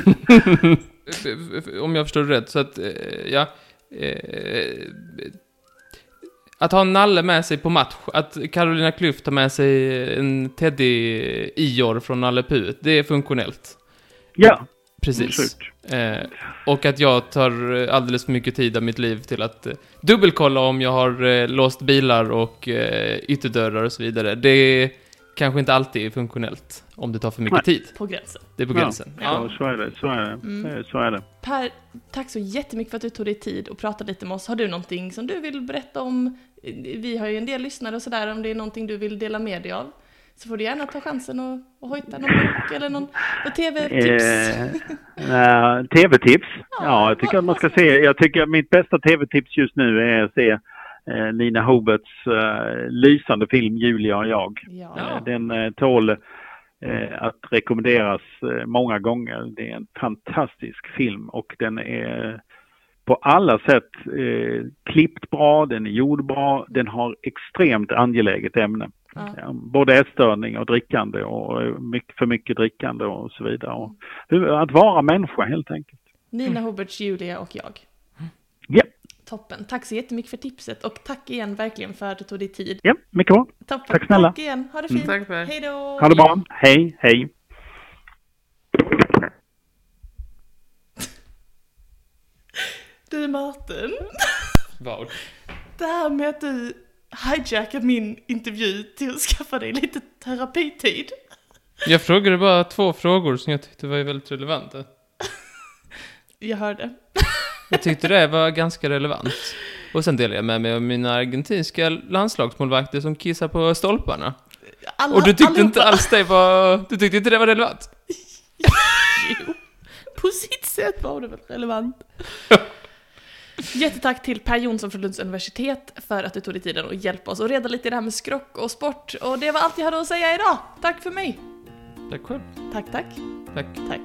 Om jag förstår det rätt. Så att, eh, ja... Eh, att ha en nalle med sig på match. Att Carolina Klüft tar med sig en Teddy-Ior från Nalle Puh. Det är funktionellt. Ja, Precis. absolut. Eh, och att jag tar alldeles för mycket tid av mitt liv till att eh, dubbelkolla om jag har eh, låst bilar och eh, ytterdörrar och så vidare. Det är kanske inte alltid är funktionellt om det tar för mycket Nej. tid. På gränsen. Det är på Ja. gränsen. Ja, så är det. Så är det. Mm. Eh, Så är det. Per, tack så jättemycket för att du tog dig tid och pratade lite med oss. Har du någonting som du vill berätta om? Vi har ju en del lyssnare och sådär, om det är någonting du vill dela med dig av. Så får du gärna ta chansen och, och hojta någon bok eller någon, någon tv-tips. Eh, eh, tv-tips? Ja, jag tycker att man ska se. Jag tycker att mitt bästa tv-tips just nu är att se eh, Nina Hoberts eh, lysande film Julia och jag. Ja. Ja. Eh, Den eh, tål eh, att rekommenderas eh, många gånger. Det är en fantastisk film och den är på alla sätt eh, klippt bra, den är gjord bra, den har extremt angeläget ämne. Ja. Ja, både ätstörning och drickande och mycket, för mycket drickande och så vidare. Och hur- att vara människa helt enkelt. Nina Hoberts, Julia och jag. Ja, Toppen. Tack så jättemycket för tipset och tack igen verkligen för att du tog dig tid. ja, mycket bra. Toppen. Tack snälla. Tack igen. Ha det Mm. fint. Tack, Per. Hej då. Ha det bra. Hej, hej. Du Martin. Vad? Det här med att du hijackade min intervju till att skaffa dig lite terapitid. Jag frågade bara två frågor som jag tyckte var väldigt relevanta. Jag hörde. Jag tyckte det var ganska relevant. Och sen delade jag med mig av mina argentinska landslagsmålvakter som kissar på stolparna. Alla, Och du tyckte allihopa. inte alls det var... Du tyckte inte det var relevant? Jo, på sitt sätt var det väl relevant. Jättetack till Per Jonsson från Lunds universitet för att du tog dig tiden och hjälpa oss och reda lite i det här med skrock och sport. Och det var allt jag hade att säga idag. Tack för mig. Tack själv. Tack, tack. Tack. Tack.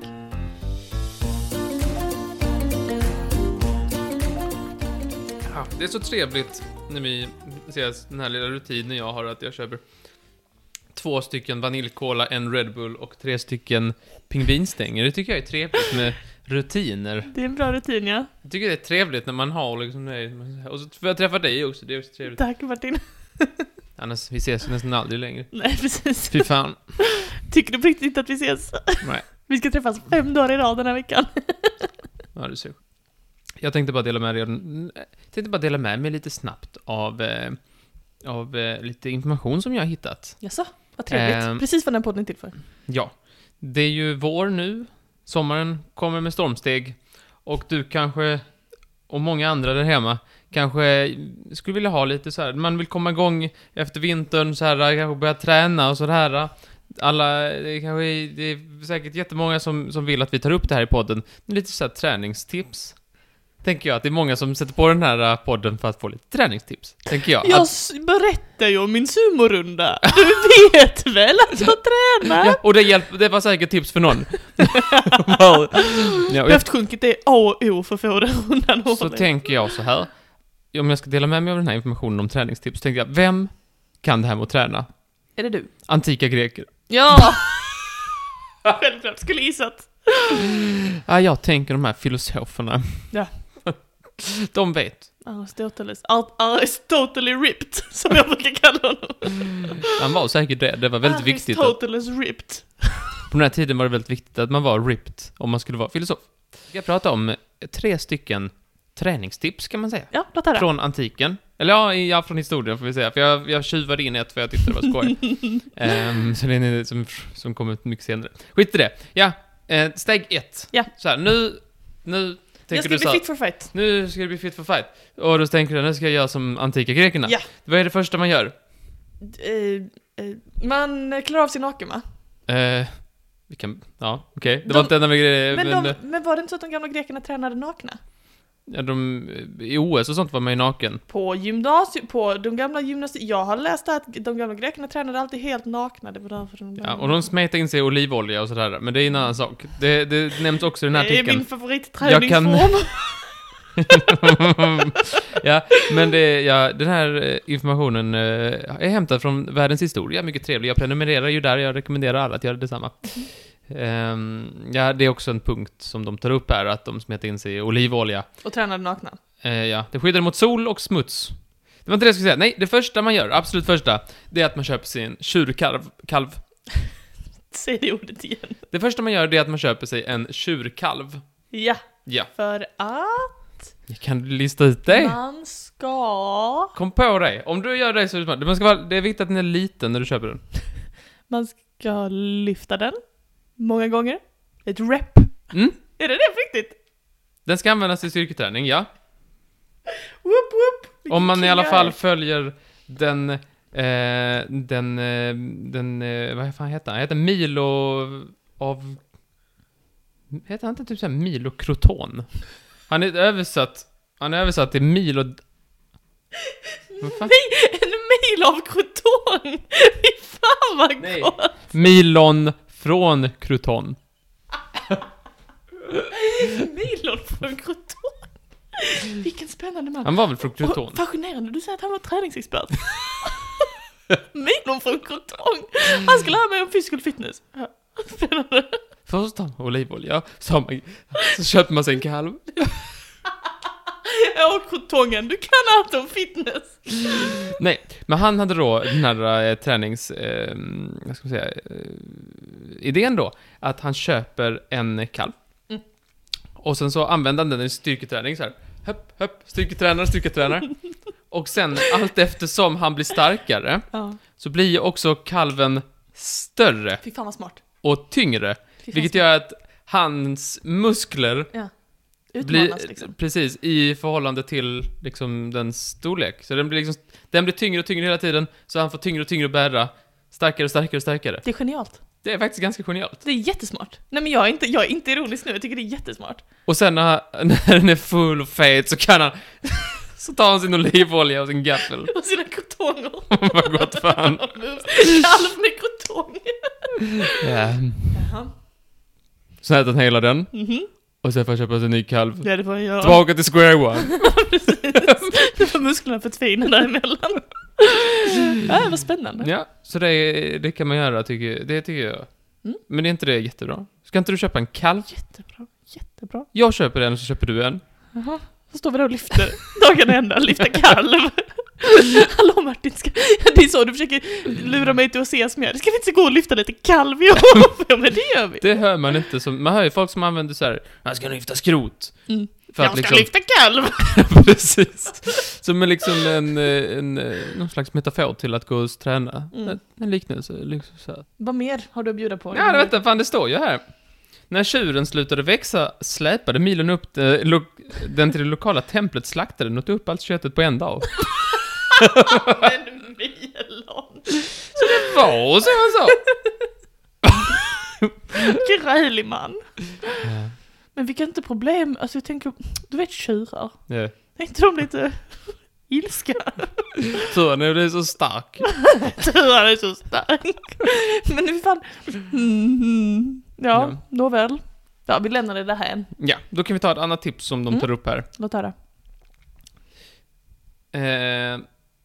Ja, det är så trevligt när vi ser den här lilla rutinen jag har att jag köper två stycken vaniljkola, en Red Bull och tre stycken pingvinstänger. Det tycker jag är trevligt med rutiner. Det är en bra rutin, ja. Jag tycker det är trevligt när man har liksom det. Och så får jag träffa dig också, det är också trevligt. Tack Martin. Annars, vi ses nästan aldrig längre. Nej, precis. Fy fan. Tycker du på riktigt att vi ses? Nej. Vi ska träffas fem dagar i rad den här veckan. Ja, du ser. Jag tänkte bara dela med redan, tänkte bara dela med mig lite snabbt av, eh, av eh, lite information som jag har hittat. Jaså, vad trevligt. Ehm. Precis vad den podden är till för. Ja, det är ju vår nu. Sommaren kommer med stormsteg. Och du kanske, och många andra där hemma, kanske skulle vilja ha lite så här. Man vill komma igång efter vintern så här, kanske börja träna och så här. Alla, det, kanske, det är säkert jättemånga som, som vill att vi tar upp det här i podden. Lite så här träningstips. Tänker jag att det är många som sätter på den här podden för att få lite träningstips. Tänker jag. Jag Att, s- berättar ju om min sumorunda. Du vet väl att jag tränar? ja, och det, hjälp, det var säkert tips för någon. ja, och jag, Höftsjunket är A och O för att få det undan så tänker jag så här. Om jag ska dela med mig av den här informationen om träningstips, så tänker jag, vem kan det här med att träna? Är det du? Antika greker. Ja! Självklart, skulle gissat. Ja, jag tänker de här filosoferna. Ja. De vet Aristoteles. Ar- Aristoteles ripped, som jag brukar kalla honom. Han var säkert det. Det var väldigt viktigt. Att, Aristoteles ripped. på den här tiden var det väldigt viktigt att man var ripped om man skulle vara filosof. Jag ska prata om tre stycken träningstips, kan man säga. Ja, låt höra. Från antiken. Eller ja, ja, från historien får vi säga. För jag, jag tjuvade in ett för jag tyckte det var skoj. um, så det är en som, som kommer ut mycket senare. Skit i det. Ja, eh, steg ett. Ja. Så här, nu... nu Jag ska du bli så här, fit for fight. Nu ska du bli fit for fight. Och då tänker du, nu ska jag göra som antika grekerna. Ja. Vad är det första man gör? Eh, eh, man klär av sig naken, va? Eh, vi kan... Ja, okej. Okay. Det De- var inte enda med... Men, Men, de, men var det inte så att de gamla grekerna tränade nakna? ja, de, i O S och sånt var man ju naken. På gymnasiet, på de gamla gymnasiet. Jag har läst att de gamla grekerna tränade alltid helt nakna. Det var därför de... Ja, och de smetade in sig i olivolja och sådär. Men det är en annan sak. Det, det nämns också i den här Det är artikeln. min favoritträningsform. Jag kan- Ja, men det, ja, den här eh, informationen eh, är hämtad från Världens historia. Mycket trevlig. Jag prenumererar ju där. Jag rekommenderar alla att göra detsamma. Ehm, ja, det är också en punkt som de tar upp här. Att de smetar in sig i olivolja. Och tränade nakna. Eh, ja, det skyddar mot sol och smuts. Det var inte det jag skulle säga. Nej, det första man gör, absolut första, det är att man köper sin tjurkalv. Kalv. Säg det ordet igen. Det första man gör, det är att man köper sig en tjurkalv. Ja, Ja. för att Jag kan lista ut det. man ska... Kom på det. Om du gör det så är det smart. Det, ska vara, det är viktigt att den är liten när du köper den. Man ska lyfta den många gånger. Ett rep. Mm. Är det det på riktigt? Den ska användas till styrketräning, ja. Whoop, whoop. Vilken Om man i king alla jag fall är. följer den... Eh, den... Eh, den... Eh, vad fan heter han? Han heter Milo... Av... Heter han inte typ såhär Milokroton? Han är översatt... Han är översatt till Milo... Vad fan? Nej, en mil av kroton! Fy fan vad Nej. gott! Milon från Kruton. Milon från kroton! Vilken spännande man. Han var väl från Kruton? Och fascinerande, du säger att han var träningsexpert. Milon från kroton! Han ska lära mig om physical fitness. Ja, spännande. Först tar man olivolja, så, har man, så köper man sig en kalv. Ja, krotongen, du kan allt om fitness. Nej, men han hade då den här eh, tränings... Eh, vad ska man säga? Eh, idén då, att han köper en kalv. Mm. Och sen så använder han den i styrketräning så här. Höpp, höpp, styrketränar, styrketränar. Och sen, allt eftersom han blir starkare, Ja, så blir ju också kalven större fy fan vad smart. och tyngre. Fy fan Vilket smart. gör att hans muskler Ja. blir, Utmanas liksom. precis, i förhållande till liksom den storlek. Så den blir liksom, den blir tyngre och tyngre hela tiden, så han får tyngre och tyngre att bära, starkare och starkare och starkare. Det är genialt. Det är faktiskt ganska genialt. Det är jättesmart. Nej men jag är inte, jag är inte ironisk nu, jag tycker det är jättesmart. Och sen när, när den är full och fet så kan han så tar han sin olivolja och sin gaffel. Och sina krotonger. Vad gott fan. Kalv med krotong. Ja. Jaha. Så äter han hela den. Mhm. Och sen får jag köpa sig en ny kalv. Ja, det får jag göra. Tillbaka till square one. Precis. Det får musklerna förtvina däremellan. Ja, vad spännande. Ja, så det, det kan man göra, tycker, det tycker jag. Mm. Men det är inte det jättebra. Ska inte du köpa en kalv? Jättebra, jättebra. Jag köper en, så köper du en. Jaha. Så står vi där och lyfter dagen ända, lyfta kalv. Hallå Martin, ska... det är så du försöker lura mig till att ses med. Ska vi inte gå och lyfta lite kalv ihop? Ja, men det gör vi. Det hör man inte som, man hör ju folk som använder så här. Man ska lyfta skrot. Mm. För Jag att ska liksom, lyfta kalv. precis. Som är liksom en, en, en, någon slags metafor till att gå och träna. Mm. En, en liknelse, liksom så här. Vad mer har du att bjuda på? Ja, det vet jag, fan det står ju här. När tjuren slutade växa släpade Milon upp det, lo, den till det lokala templet, slaktade den och tog upp allt köttet på en dag. Men Milon. Så det var så han sa. Grälig man. Men vilka inte problem, alltså jag tänker, du vet tjurar. Ja. Är inte de lite ilska? Så när det är så stark. Tjurar är så stark. Men det är fan... Mm, ja, Ja. nåväl. Ja, vi lämnar det där här. Ja, då kan vi ta ett annat tips som de Mm. tar upp här. Låt höra. Eh,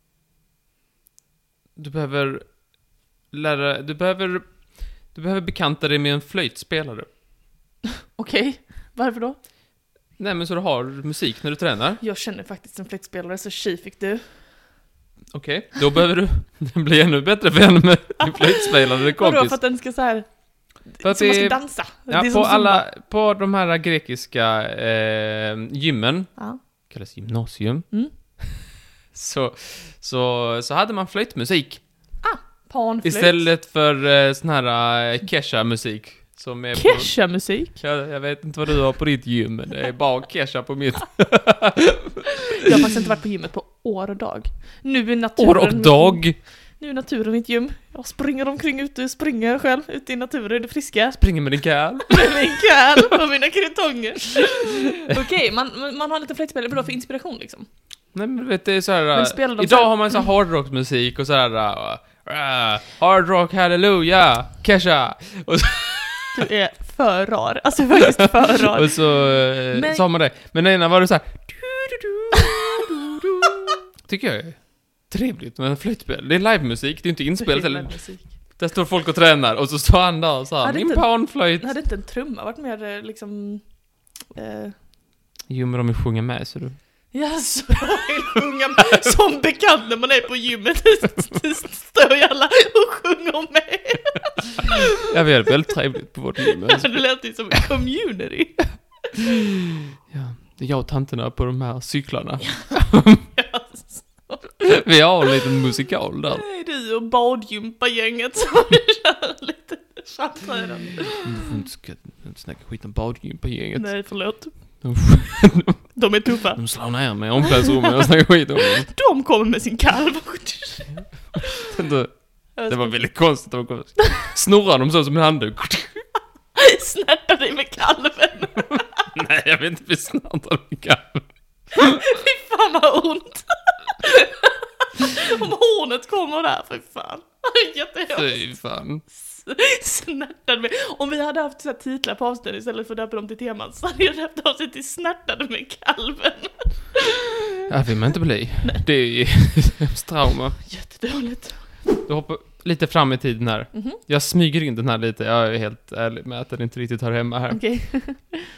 du behöver lära, du behöver du behöver bekanta dig med en flöjtspelare. Okej, varför då? Nej, men så du har musik när du tränar? Jag känner faktiskt en flöjtspelare, så tji fick du. Okej, okay. Då behöver du bli ännu bättre vän med din flöjtspelare kompis. Vadå, för att den ska så här... För att som det, man ska dansa. Ja, det är på, som alla, på de här grekiska eh, gymmen, ja. kallas gymnasium, mm. så, så, så hade man flöjtmusik. Ah, panflöjt. Istället för eh, sån här eh, Kesha-musik. Som är Kesha-musik? På, jag, jag vet inte vad du har på ditt gym, men det är bara Kesha på mitt. Jag har faktiskt inte varit på gymmet på år och dag. Nu är naturen... År och dag? Nu är naturen mitt gym. Jag springer omkring ute, springer själv ute i naturen, det friska. Springer med din kall. Med min kall och mina krutonger. Okej, okay, man, man har lite flöjtspelare för inspiration liksom. Nej, men vet det är så här. Idag så här... har man så här hardrockmusik och så här uh, hard rock hallelujah, Kesha. Och så... Du är för rar. Alltså faktiskt för rar. Och så uh, men... så har man det. Men innan var det så här. Tycker jag är trevligt med flöjtspel. Det är livemusik, det är inte inspelat eller. Där står folk och tränar och så står han där och så här, min panflöjt. Hade inte en trumma varit mer liksom eh... Jo, men de vill sjunga med, så du. Ja, så jag vill sjunga med. Som bekant när man är på gymmet står ju alla och sjunger med. Ja, vi är väldigt trevligt på vårt gym. Ja, det lät ju som en community. Ja, det är jag och tanterna på de här cyklarna. Vi har en liten musikal där. Nej, du och badgympa-gänget som kör lite framträdande. Du ska inte snacka skit om badgympa-gänget. Nej, förlåt. De, de är tuffa. De slår ner mig i omklädningsrummet och snackar skit om dem. De kommer med sin kalv. det, det var väldigt konstigt. Snurrar de så som en handduk. Snärtar dig med kalven. Nej, jag vet inte bli snärtad med kalven. Fy fan vad ont. Om hornet kommer där, för fan. Jättehemskt. Fy fan. Snärtade med. Om vi hade haft så här titlar på avsnitt istället för att döpa dem till teman, så hade jag döpt avsnitt till Snärtade med kalven. Ja, vill man inte bli. Nej. Det är ju hemskt trauma. Jättedåligt. Du hoppar lite fram i tiden här. Mm-hmm. Jag smyger in den här lite. Jag är helt ärlig med att den inte riktigt hör hemma här. Okej. Okay.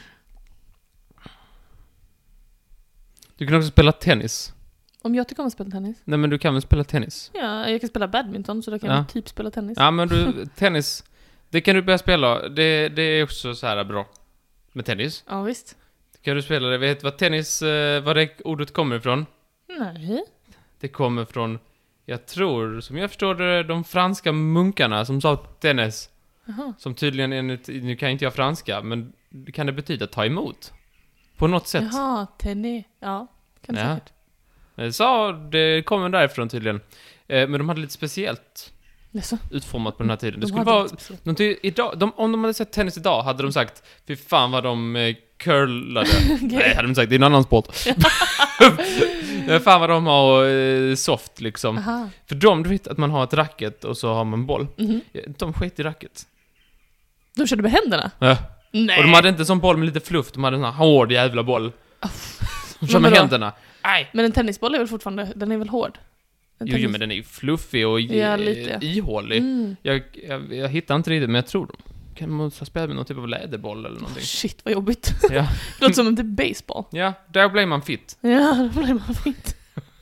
Du kan också spela tennis. Om jag tycker om att spela tennis? Nej, men du kan väl spela tennis? Ja, jag kan spela badminton, så då kan ja. jag typ spela tennis. Ja, men du, tennis, det kan du börja spela. Det, det är också så här bra med tennis. Ja, visst. Kan du spela det? Vet vad tennis, vad det ordet kommer ifrån? Nej. Det kommer från, jag tror, som jag förstår det, de franska munkarna som sa tennis. Aha. Som tydligen, enligt, nu kan inte jag franska, men kan det betyda ta emot? På något sätt. Jaha, tennis. Ja, kan det ja. säkert. Det sa, det kommer därifrån tydligen. Eh, men de hade lite speciellt Jaså? utformat på den här tiden. Det De skulle vara, de ty, idag, de, om de hade sett tennis idag hade de sagt, fy fan vad de eh, curlade. Nej, hade de sagt, det är en annan sport. Fan vad de har eh, soft liksom. Aha. För de, du vet att man har ett racket och så har man en boll. Mm-hmm. De skit i racket. De körde med händerna? Ja. Nej. Och de hade inte sån boll med lite fluff, de hade en sån här hård jävla boll. De kör med händerna. Aj. Men en tennisboll är väl fortfarande, den är väl hård? Jo, jo, men den är ju fluffig och ja, lite. ihålig. Mm. Jag, jag, jag hittar inte riktigt, men jag tror de kan man spela med någon typ av läderboll eller någonting. Oh, shit, vad jobbigt. Ja. Det låter som en typ baseball. Ja, där blir man fit. Ja, då blir man fit.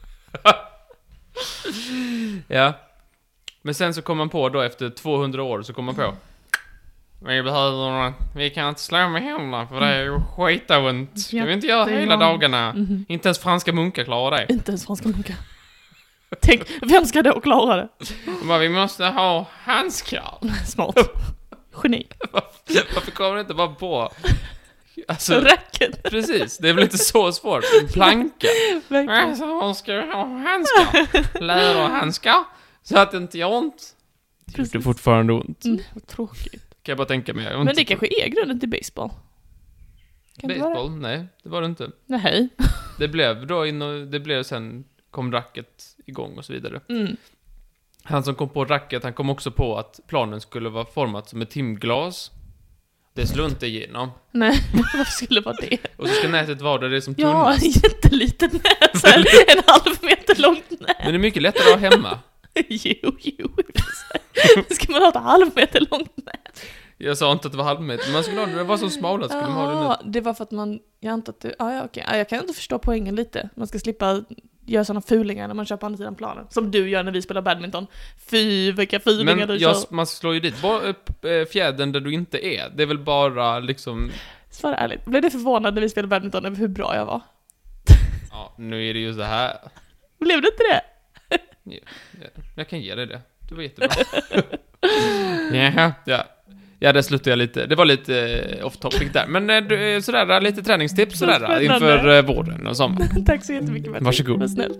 Ja. Men sen så kom man på då, efter tvåhundra år, så kom man på vi behöver, vi kan inte slå med händerna för det är ju skitont. Ska ja, vi inte göra hela någon... dagarna? Mm-hmm. Inte ens franska munkar klarar det. Inte ens franska munkar. Tänk, vem ska då klara det? Men vi måste ha handskar. Smart. Geni. Varför, varför kommer det inte bara på? Alltså, racket. Precis, det är väl inte så svårt. En planka. Alltså, hon ska ha handskar. Läderhandskar. Så att det inte gör ont. Det gjorde fortfarande ont. Mm, vad tråkigt. Kan jag bara tänka mig. Men det kanske är grunden till baseball. Kan baseball? Det Nej, det var det inte. Nej. Det blev då in, det blev sen kom racket igång och så vidare. Mm. Han som kom på racket, han kom också på att planen skulle vara format som ett timglas. Det slår inte igenom. Nej, vad skulle vara det? Och så ska nätet vara där det är som tunnast. Ja, jättelitet nät. Så en halv meter långt nät. Men det är mycket lättare att ha hemma. Jo, jo. Ska man ha ett halv meter långt nät? Jag sa inte att det var halvmeter. Man skulle ha det var så smala skulle man ha det Jaha, nu. det var för att man, jag antar att det, ja, ja okej. Ja, jag kan inte förstå poängen lite. Man ska slippa göra sådana fulingar när man kör på andra sidan planen. Som du gör när vi spelar badminton. Fy, vilka fulingar Men du jag, kör. man slår ju dit bara upp eh, fjädern där du inte är. Det är väl bara liksom... Svara ärligt. Blev du förvånad när vi spelade badminton över hur bra jag var? Ja, nu är det ju så här. Blev det inte det? Ja, ja, jag kan ge dig det. Du var jättebra. Jaha, ja. Ja, där slutade jag lite. Det var lite eh, off topic där. Men eh, du, sådär, lite träningstips sådär Spännande. inför eh, våren och sommaren. Tack så jättemycket, Martin. Varsågod. Vad snällt.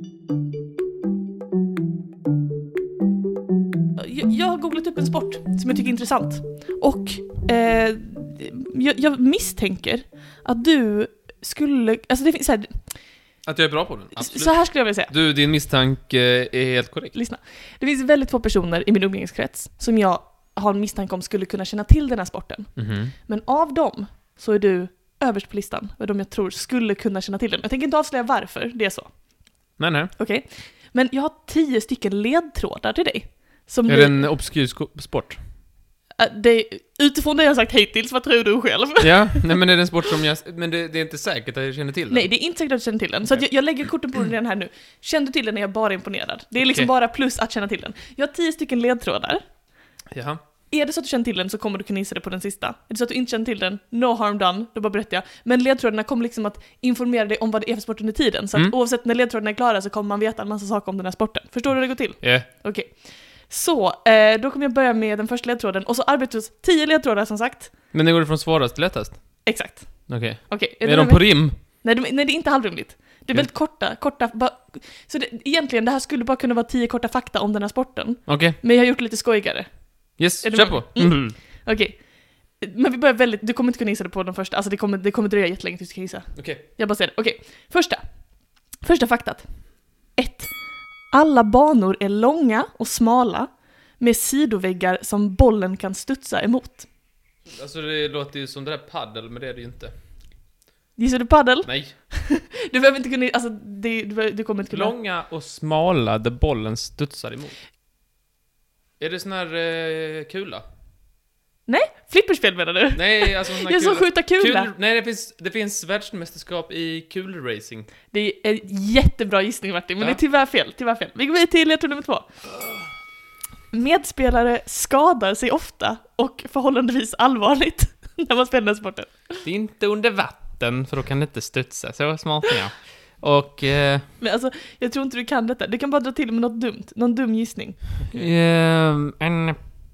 Jag, jag har googlat upp en sport som jag tycker är intressant. Och eh, jag, jag misstänker att du skulle... Alltså det finns så här, Att jag är bra på den, absolut. så här skulle jag vilja säga. Du, din misstanke är helt korrekt. Lyssna. Det finns väldigt få personer i min umgängeskrets som jag har en misstanke om skulle kunna känna till den här sporten. Mhm. Men av dem så är du överst på listan. Och de jag tror skulle kunna känna till den. Jag tänker inte avslöja varför det är så. Nej, nej. Okej. Men jag har tio stycken ledtrådar till dig. Som Är du, det en obskyr sko- sport? Äh, det, utifrån det jag har sagt hittills, vad tror du själv? Ja, nej men är det en sport som jag... Men det, det är inte säkert att jag känner till den. Nej, det är inte säkert att du känner till den. Så att jag, jag lägger korten på den här nu. Känner du till den är jag bara imponerad. Det är liksom Okej. bara plus att känna till den. Jag har tio stycken ledtrådar. Jaha. Är det så att du känner till den så kommer du kunna gissa det på den sista. Är det så att du inte känner till den, no harm done, då bara berättar jag. Men ledtrådarna kommer liksom att informera dig om vad det är för sport under tiden. Så att Mm. oavsett när ledtrådarna är klara så kommer man veta en massa saker om den här sporten. Förstår du hur det går till? Ja. Okej. Så, eh, då kommer jag börja med den första ledtråden. Och så arbetar vi tio ledtrådar som sagt. Men det går från svårast till lättast? Exakt. Okej. Okej. Är du de med? på rim? Nej, de, nej, det är inte halvrimligt. Det är Okej. väldigt korta, korta, bara, så det, egentligen, det här skulle bara kunna vara tio korta fakta om den här sporten. Okej. Men jag har gjort det lite skojigare. Yes, Är du kör med? på. Mm. Mm. Okej. Men vi börjar väldigt, du kommer inte kunna gissa det på den första. Alltså det kommer, det kommer dröja jättelänge tills du kan gissa. Okej. Jag bara säger det. Okej. Första. Första faktat. ett. Alla banor är långa och smala med sidoväggar som bollen kan studsa emot. Alltså det låter ju som det där paddel, men det är det ju inte. Gissar du paddel? Nej. Du behöver inte kunna, alltså det, du, behöver- du kommer inte kunna. Långa och smala där bollen studsar emot. Är det sån här eh, kula? Nej, flipperspel menar du? Nej, alltså sån här Jag kula. som skjuta kula. Kul, nej, det finns, det finns världsmästerskap i kulracing. Det är en jättebra gissning, Martin, men Ja. det är tyvärr fel, tyvärr fel. Vi går vidare till ledtråd nummer två. Medspelare skadar sig ofta och förhållandevis allvarligt när man spelar den här sporten. Det är inte under vatten, för då kan det inte studsa. Så smart är jag. Och... Eh, Men alltså, jag tror inte du kan detta. Du kan bara dra till med något dumt. Någon dum gissning. ehm, en...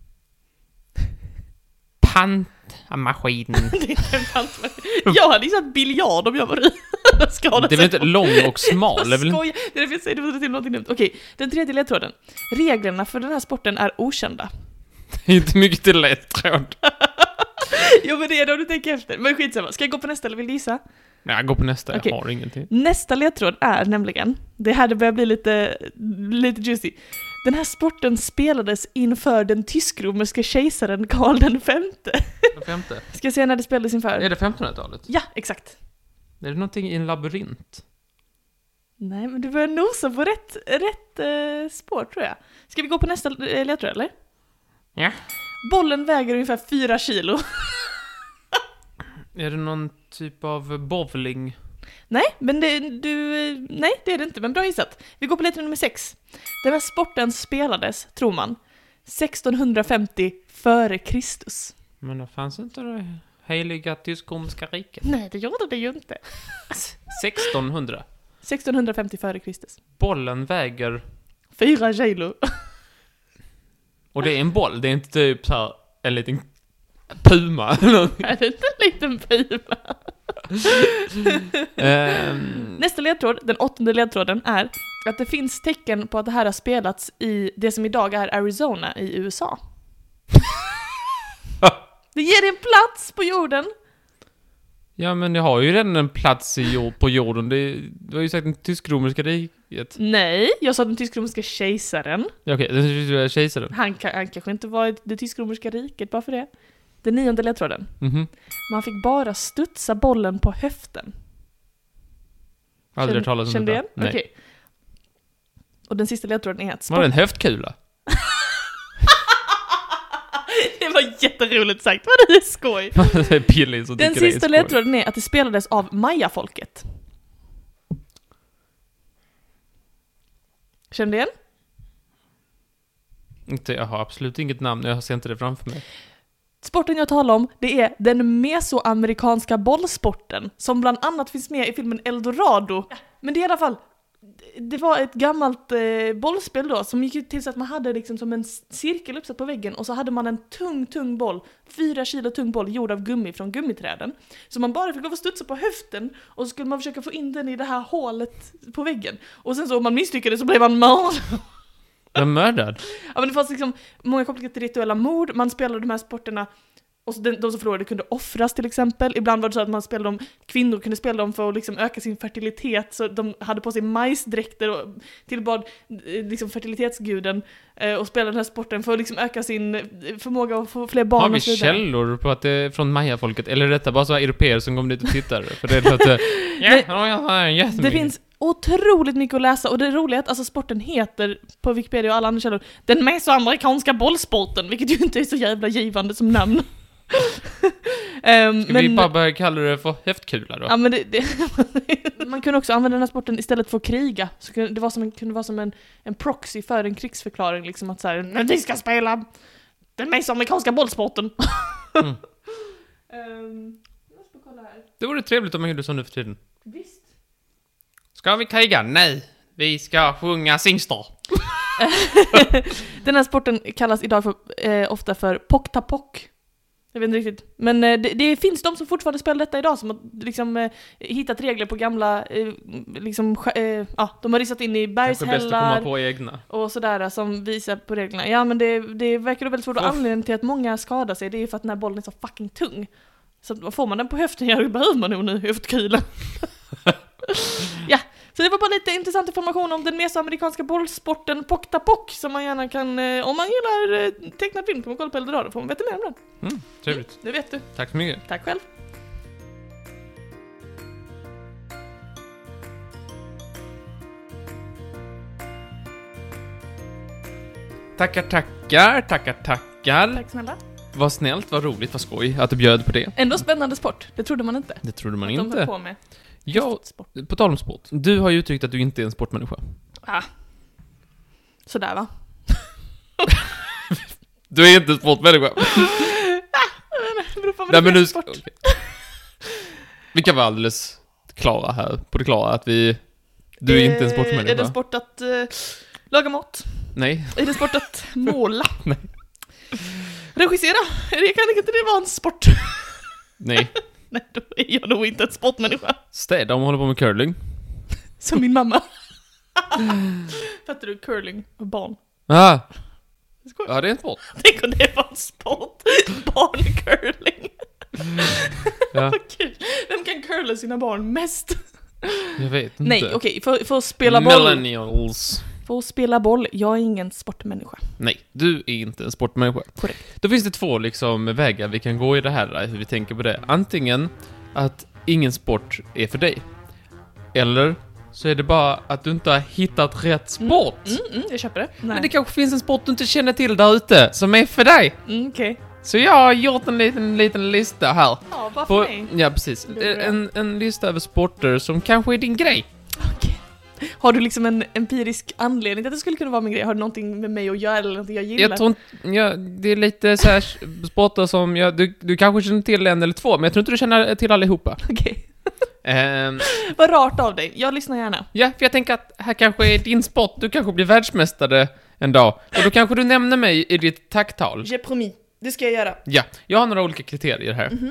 Pantmaskin. Det är inte en pantmaskin. Jag hade gissat biljard om jag var du. Skadar Det är väl inte lång och smal? Det är väl inte... Skoja. Det är därför jag säger du får dra till någonting dumt. Okej, den tredje ledtråden. Reglerna för den här sporten är okända. Det är inte mycket till ledtråd. Jo, men det är det om du tänker efter. Men skitsamma. Ska jag gå på nästa eller vill du gissa? Nej, jag går på nästa. Okej. Jag har ingenting. Nästa ledtråd är nämligen, det här det börjar bli lite, lite juicy. Den här sporten spelades inför den tysk-romerska kejsaren Karl den femte. Den femte. Ska jag säga när det spelades inför? Är det femtonhundratalet? Ja, exakt. Är det någonting i en labyrint? Nej, men du börjar nosa på rätt, rätt eh, spår tror jag. Ska vi gå på nästa eh, ledtråd eller? Ja. Bollen väger ungefär fyra kilo. Är det någon typ av bowling? Nej, men det, du, eh, nej, det är det inte, men bra gissat. Vi går på ledtråd nummer sex. Den här sporten spelades, tror man, sextonhundrafemtio före Kristus. Men det fanns inte det heliga tysk-romerska riket. Nej, det gjorde det ju inte. sextonhundra. sextonhundrafemtio före Kristus. Bollen väger... Fyra kilo. Och det är en boll, det är inte typ så här en liten puma eller någonting. Är det inte en liten puma? Ehm, Nästa ledtråd, den åttonde ledtråden, är att det finns tecken på att det här har spelats i det som idag är Arizona i U S A. Det ger dig en plats på jorden. Ja, men jag har ju redan en plats i jord, på jorden. Det, du har ju sagt den tysk-romerska riket. Nej, jag sa den tysk-romerska kejsaren. Ja, okej, den är kejsaren. Han, kan, han kanske inte var i det tysk-romerska riket bara för det. Den nionde ledtråden. Mhm. Man fick bara studsa bollen på höften. Aldrig hört talas om Kände detta. igen? Nej. Okej. Och den sista ledtråden är att Var det en höftkula? Det var jätteroligt sagt, vad det är skoj. Billy som Den tycker det är sista skoj. ledtråden är att det spelades av Maya-folket. Känner du igen? Inte, jag har absolut inget namn, jag ser inte det framför mig. Sporten jag talar om, det är den mesoamerikanska bollsporten som bland annat finns med i filmen Eldorado. Men det är i alla fall, det var ett gammalt eh, bollspel då som gick till så att man hade liksom som en cirkel uppsatt på väggen och så hade man en tung, tung boll, fyra kilo tung boll gjord av gummi från gummiträden. Så man bara fick lov att studsa på höften och så skulle man försöka få in den i det här hålet på väggen. Och sen så om man misslyckades så blev man mördad. Jag mördad. Ja, men det fanns liksom många kopplingar till rituella mord. Man spelade de här sporterna och så de, de som förlorade kunde offras till exempel. Ibland var det så att man spelade dem, kvinnor kunde spela dem för att liksom öka sin fertilitet. Så de hade på sig majsdräkter och tillbad liksom fertilitetsguden eh, och spelade den här sporten för att liksom öka sin förmåga att få fler barn. Har vi och så vidare. källor på att det är från Maya-folket? Eller är detta bara så här europeer som kommer dit och tittar? För det är lite... ja, ja, ja, jättemycket. Det finns otroligt mycket att läsa och det är roligt att alltså sporten heter på Wikipedia och alla andra källor den mesoamerikanska bollsporten, vilket ju inte är så jävla givande som namn. um, Ska men, vi bara börja kalla det för häftkula då? ja, men det, det, man kunde också använda den här sporten istället för att kriga. Så kunde, det var som en, kunde vara som en, en proxy för en krigsförklaring liksom att så här, men vi ska spela den mesoamerikanska bollsporten. Mm. um, jag ska kolla här. Det vore trevligt om man gjorde så nu för tiden. Visst. Ska vi kriga? Nej. Vi ska sjunga Singstar. Den här sporten kallas idag för, eh, ofta för pock-ta-pock. Jag vet inte riktigt. Men eh, det, det finns de som fortfarande spelar detta idag som har liksom, eh, hittat regler på gamla... Eh, liksom, eh, ja, de har risat in i Kanske bäst att komma bergshällar på egna. och sådär som visar på reglerna. Ja, men det, det verkar väldigt svårt. Och anledningen till att många skadar sig det är för att den här bollen är så fucking tung. Så får man den på höften, ja, då behöver man nog nu höftkula. Ja, så det var bara lite intressant information om den mesoamerikanska bollsporten pock-ta-pock som man gärna kan, eh, om man gillar eh, tecknad film kan man kolla på Eldorado, får man veta mer om den. Mm, trevligt. Mm, det vet du. Tack så mycket. Tack själv. Tackar, tackar, tackar, tackar. Tack snälla. Vad snällt, vad roligt, vad skoj att du bjöd på det. Ändå spännande sport, det trodde man inte. Det trodde man att de höll inte. på med Ja, sport. på tal om sport. Du har ju uttryckt att du inte är en sportmänniska. Ah. Sådär va? Du är inte en sportmänniska. Nej, men nu ska... sport. Okay. Vi kan vara alldeles klara här, på det klara att vi... Du är inte en sportmänniska. Är det sport att uh, laga mat? Nej. Är det sport att måla? Nej. Regissera? Är det, kan inte det vara en sport? Nej. Nej, då är jag nog inte en sportmänniska. Städa om håller på med curling. Som min mamma. Fattar du? Curling och barn. Ah. Skoj. Ja, det är en sport. Tänk om det var en sport. Barncurling. Ja. Vad kul. Vem kan curla sina barn mest? Jag vet inte. Nej, okej. Okay. För, för att spela boll. Millennials. För att spela boll. Jag är ingen sportmänniska. Nej, du är inte en sportmänniska. Korrekt. Då finns det två liksom vägar vi kan gå i det här, hur vi tänker på det. Antingen att ingen sport är för dig. Eller så är det bara att du inte har hittat rätt sport. Mm, mm, jag köper det. Nej. Men det kanske finns en sport du inte känner till där ute som är för dig. Mm, okej. Okay. Så jag har gjort en liten, liten lista här. Ja, bara för På, mig. ja, precis. En, en lista över sporter som kanske är din grej. Okej. Har du liksom en empirisk anledning till att det skulle kunna vara min grej? Har du någonting med mig att göra eller någonting jag gillar? Jag tror inte, ja, det är lite så här sporter som, ja, du, du kanske känner till en eller två, men jag tror inte du känner till allihopa. Okej. Um, Vad rart av dig. Jag lyssnar gärna. ja, för jag tänker att här kanske är din sport, du kanske blir världsmästare en dag. Och då kanske du nämner mig i ditt tacktal. J'ai promis. Det ska jag göra. Ja, jag har några olika kriterier här. Mhm.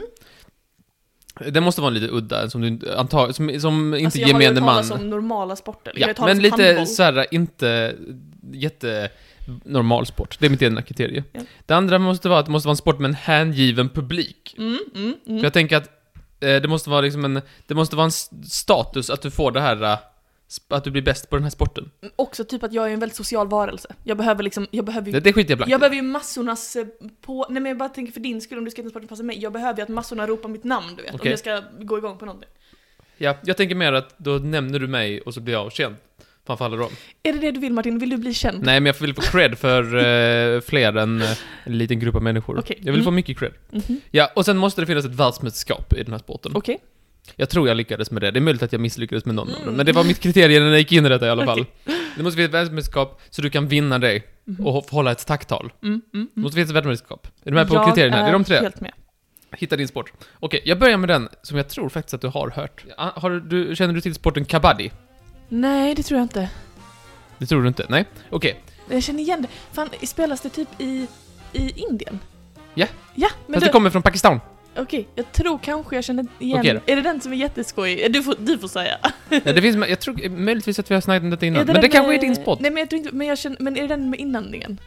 Det måste vara en lite udda, som du antar, som, som inte Alltså, jag har gemene hört man. talas om normala sporter. Jag har Ja, hört talas men om lite handboll. såhär, inte jätte normal sport. Det är mitt ena kriterie. Ja. Det andra måste vara att det måste vara en sport med en hängiven publik. Mm, mm, mm. För jag tänker att eh, det måste vara liksom en, det måste vara en s- status att du får det här, uh, sp- att du blir bäst på den här sporten. Också typ att jag är en väldigt social varelse. Jag behöver liksom, jag behöver ju, Det, det skiter jag blankt jag i. behöver ju massornas eh, på, nej men jag bara tänker för din skull om du ska inte sporten passa mig. Jag behöver ju att massorna ropar mitt namn, du vet. Okej. Om jag ska gå igång på någonting. Ja, jag tänker mer att då nämner du mig och så blir jag känd. framför dem. Är det det du vill, Martin? Vill du bli känd? Nej, men jag vill få cred för uh, fler än uh, en liten grupp av människor. Okay. Jag vill mm. få mycket cred. Mm-hmm. Ja, och sen måste det finnas ett världsmästerskap i den här sporten. Okej. Okay. Jag tror jag lyckades med det. Det är möjligt att jag misslyckades med någon mm. av dem. Men det var mitt kriterium när jag gick in i detta i alla fall. Okay. Det måste finnas ett världsmästerskap så du kan vinna det mm. och hålla ett tacktal. Mm. Mm. Mm. Det måste finnas ett världsmästerskap. Är du med på jag kriterierna? Det är de tre. Helt med. Hitta din sport. Okej, okay, jag börjar med den som jag tror faktiskt att du har hört. Har du, du, känner du till sporten kabaddi? Nej, det tror jag inte. Det tror du inte? Nej? Okej. Okay. Jag känner igen det. Fan, spelas det typ i, i Indien? Ja. Ja, men fast du... det kommer från Pakistan. Okej, okay, jag tror kanske jag känner igen. Okay, är det den som är jätteskoj? Du får, du får säga. Ja, det finns, jag tror möjligtvis att vi har snackat om det innan. Det men det kanske med... är din sport. Nej, men jag tror inte, men jag känner, men är det den med inandningen?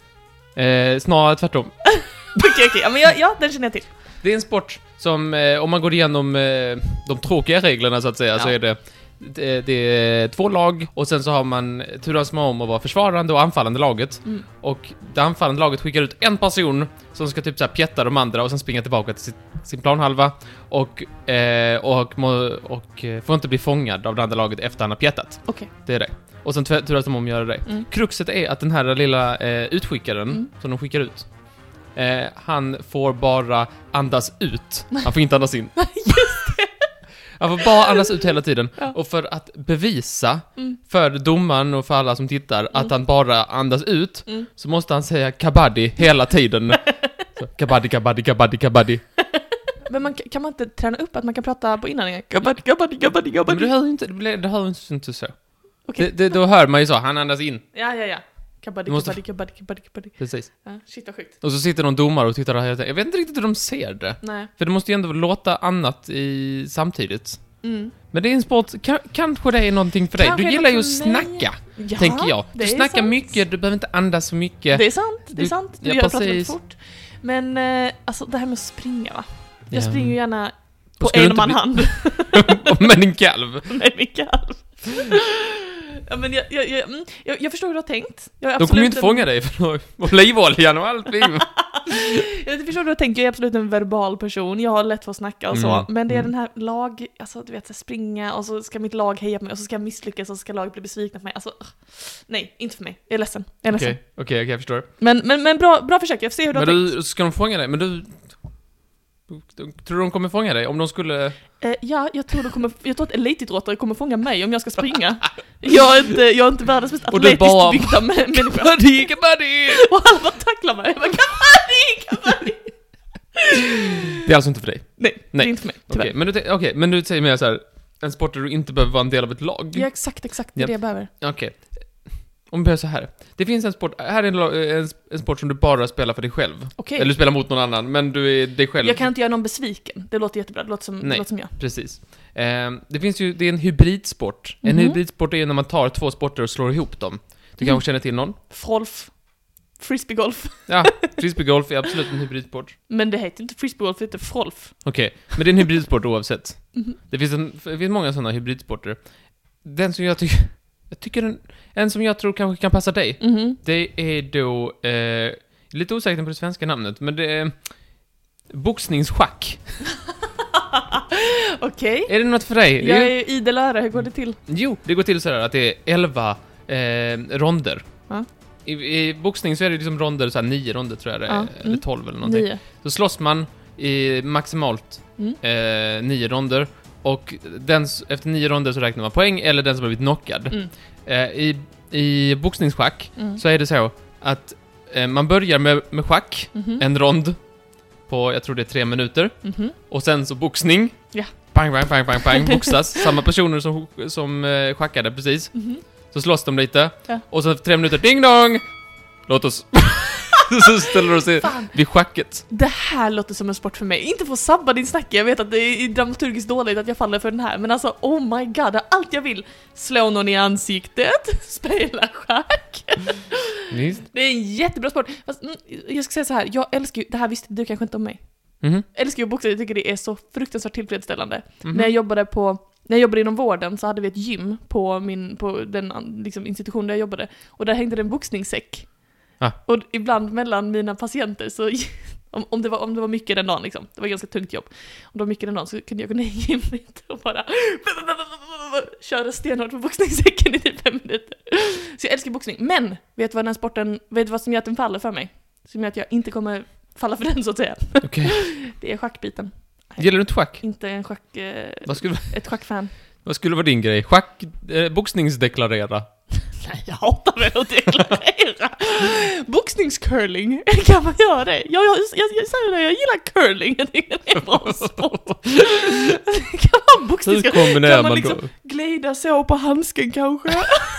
Eh, snarare tvärtom. Okej, okej. Okay, okay. Ja, men jag, ja, den känner jag till. Det är en sport som, eh, om man går igenom eh, de tråkiga reglerna så att säga, ja. så är det, det det är två lag och sen så har man turas med om att vara försvarande och anfallande laget. Mm. Och det anfallande laget skickar ut en person som ska typ så här pjätta de andra och sen springa tillbaka till sin, sin planhalva och, eh, och, och, och får inte bli fångad av det andra laget efter han har pjättat. Okay. Det är det. Och sen turas de om att göra det. Mm. Kruxet är att den här lilla eh, utskickaren mm. som de skickar ut, eh, han får bara andas ut. Han får inte andas in. Just det. Han får bara andas ut hela tiden. Ja. Och för att bevisa mm. för domaren och för alla som tittar mm. att han bara andas ut mm. så måste han säga kabaddi hela tiden. Så, kabaddi, kabaddi, kabaddi, kabaddi. Men man, kan man inte träna upp att man kan prata på innan? Kabaddi, kabaddi, kabaddi, kabaddi. Men det hör inte, det hör inte så. Okay. Det, det, då hör man ju så, han andas in. Ja, ja, ja. Kabaddi, måste... kabaddi, kabaddi, kabaddi, kabaddi. Precis. Ja, shit vad sjukt. Och så sitter någon domare och tittar där hela tiden. Jag vet inte riktigt hur de ser det. Nej. För det måste ju ändå låta annat i samtidigt. Mm. Men det är en sport, kan, kanske det är någonting för dig. Kanske du gillar ju att snacka, ja, tänker jag. Du snackar sant. mycket, du behöver inte andas så mycket. Det är sant, det är du, sant. Du ja, gör precis. pratar lite fort. Men eh, alltså det här med att springa, va? Jag ja. springer ju gärna på en man bli... hand. Med din kalv. Med min kalv. Ja, men jag, jag, jag, jag, jag förstår hur du har tänkt. Jag de kommer ju inte en... fånga dig för olivoljan och allt. Jag förstår hur du har tänkt. Jag är absolut en verbal person. Jag har lätt för att snacka och så. Mm. Men det är mm. den här lag, alltså du vet, springa och så ska mitt lag heja på mig och så ska jag misslyckas och så ska laget bli besvikna på mig. Alltså, nej, inte för mig. Jag är ledsen. Jag är ledsen. Okej, okay, okay, okay, jag förstår. Men, men, men bra, bra försök. Jag får se hur du men har du, tänkt. Ska de fånga dig? Men du... Tror du de kommer fånga dig? Om de skulle... Eh, ja, jag tror, de kommer, jag tror att elitidrottare kommer fånga mig om jag ska springa. Jag är inte, jag är inte världens mest atletiskt bara... byggda människa. Kabaddi, kabaddi! Och alla bara tacklar mig. Jag bara, kabaddi, kabaddi! Det är alltså inte för dig? Nej, Nej. det är inte för mig, tyvärr. Okej, okay, men, okay, men du säger mer så här, en sport där du inte behöver vara en del av ett lag? Ja, exakt, exakt. Det är ja. det jag behöver. Okej. Okay. Om vi börjar så här. Det finns en sport, här är en, en, en sport som du bara spelar för dig själv. Okay. Eller du spelar mot någon annan, men du är dig själv. Jag kan inte göra någon besviken. Det låter jättebra, det låter som, Nej, det låter som jag. Precis. Eh, det finns ju, det är en hybridsport. Mm-hmm. En hybridsport är när man tar två sporter och slår ihop dem. Du mm. kanske känner till någon? Frolf. Frisbeegolf. Ja, frisbeegolf är absolut en hybridsport. Men det heter inte frisbeegolf, det heter frolf. Okej, okay. Men det är en hybridsport oavsett. Mm-hmm. Det finns, en, det finns många sådana hybridsporter. Den som jag tycker... Jag tycker en, en som jag tror kanske kan passa dig. Mm-hmm. Det är då... Eh, lite osäkert på det svenska namnet, men det är... Boxningsschack. Okej. Okay. Är det något för dig? Jag är idel öra, hur går det till? Jo, det går till så här att det är elva eh, ronder. Ja. I, I boxning så är det liksom ronder, så här nio ronder tror jag det är, ja. eller tolv eller någonting. Nio. Så slåss man i maximalt mm. eh, nio ronder. Och den, efter nio ronder så räknar man poäng, eller den som har blivit knockad. Mm. Eh, i, I boxningsschack mm. så är det så att eh, man börjar med, med schack, mm-hmm. en rond på, jag tror det är tre minuter. Mm-hmm. Och sen så boxning. Ja. Bang, bang, bang, bang, bang, boxas. Samma personer som, som eh, schackade precis. Mm-hmm. Så slåss de lite. Ja. Och så efter tre minuter, ding dong! Låt oss... Så ställer du sig vid schacket. Det här låter som en sport för mig. Inte för att sabba din snack. Jag vet att det är dramaturgiskt dåligt att jag faller för den här. Men alltså, oh my god, allt jag vill. Slå någon i ansiktet. Spela schack. Visst. Det är en jättebra sport. Fast, jag ska säga så här. Jag älskar ju, det här visste du kanske inte om mig. Mm-hmm. Jag älskar ju att boxa. Jag tycker det är så fruktansvärt tillfredsställande. Mm-hmm. När jag jobbade på... När jag jobbade inom vården så hade vi ett gym på, min, på den liksom, institution där jag jobbade. Och där hängde det en boxningssäck. Ah. Och ibland mellan mina patienter så om, om, det var, om det var mycket den dagen liksom, det var ganska tungt jobb, om det var mycket den dagen så kunde jag gå ner i gymmet och bara köra stenhårt på boxningssäcken i typ fem minuter. Så jag älskar boxning. Men, vet du vad den här sporten, vet du vad som gör att den faller för mig? Som gör att jag inte kommer falla för den, så att säga. Okej. Det är schackbiten. Gillar du inte schack? Inte en schack... Eh, Vad skulle, ett schackfan. vad skulle vara din grej? Schack, eh, boxningsdeklarera. Nej, jag hatar väl att deklarera. Boxningscurling, kan man göra det? Jag, jag, jag, jag säger det, jag gillar curling. Jag tycker det är en bra sport. Kan man boxning? Hur kombinerar Kan man man liksom då? glida så på handsken kanske?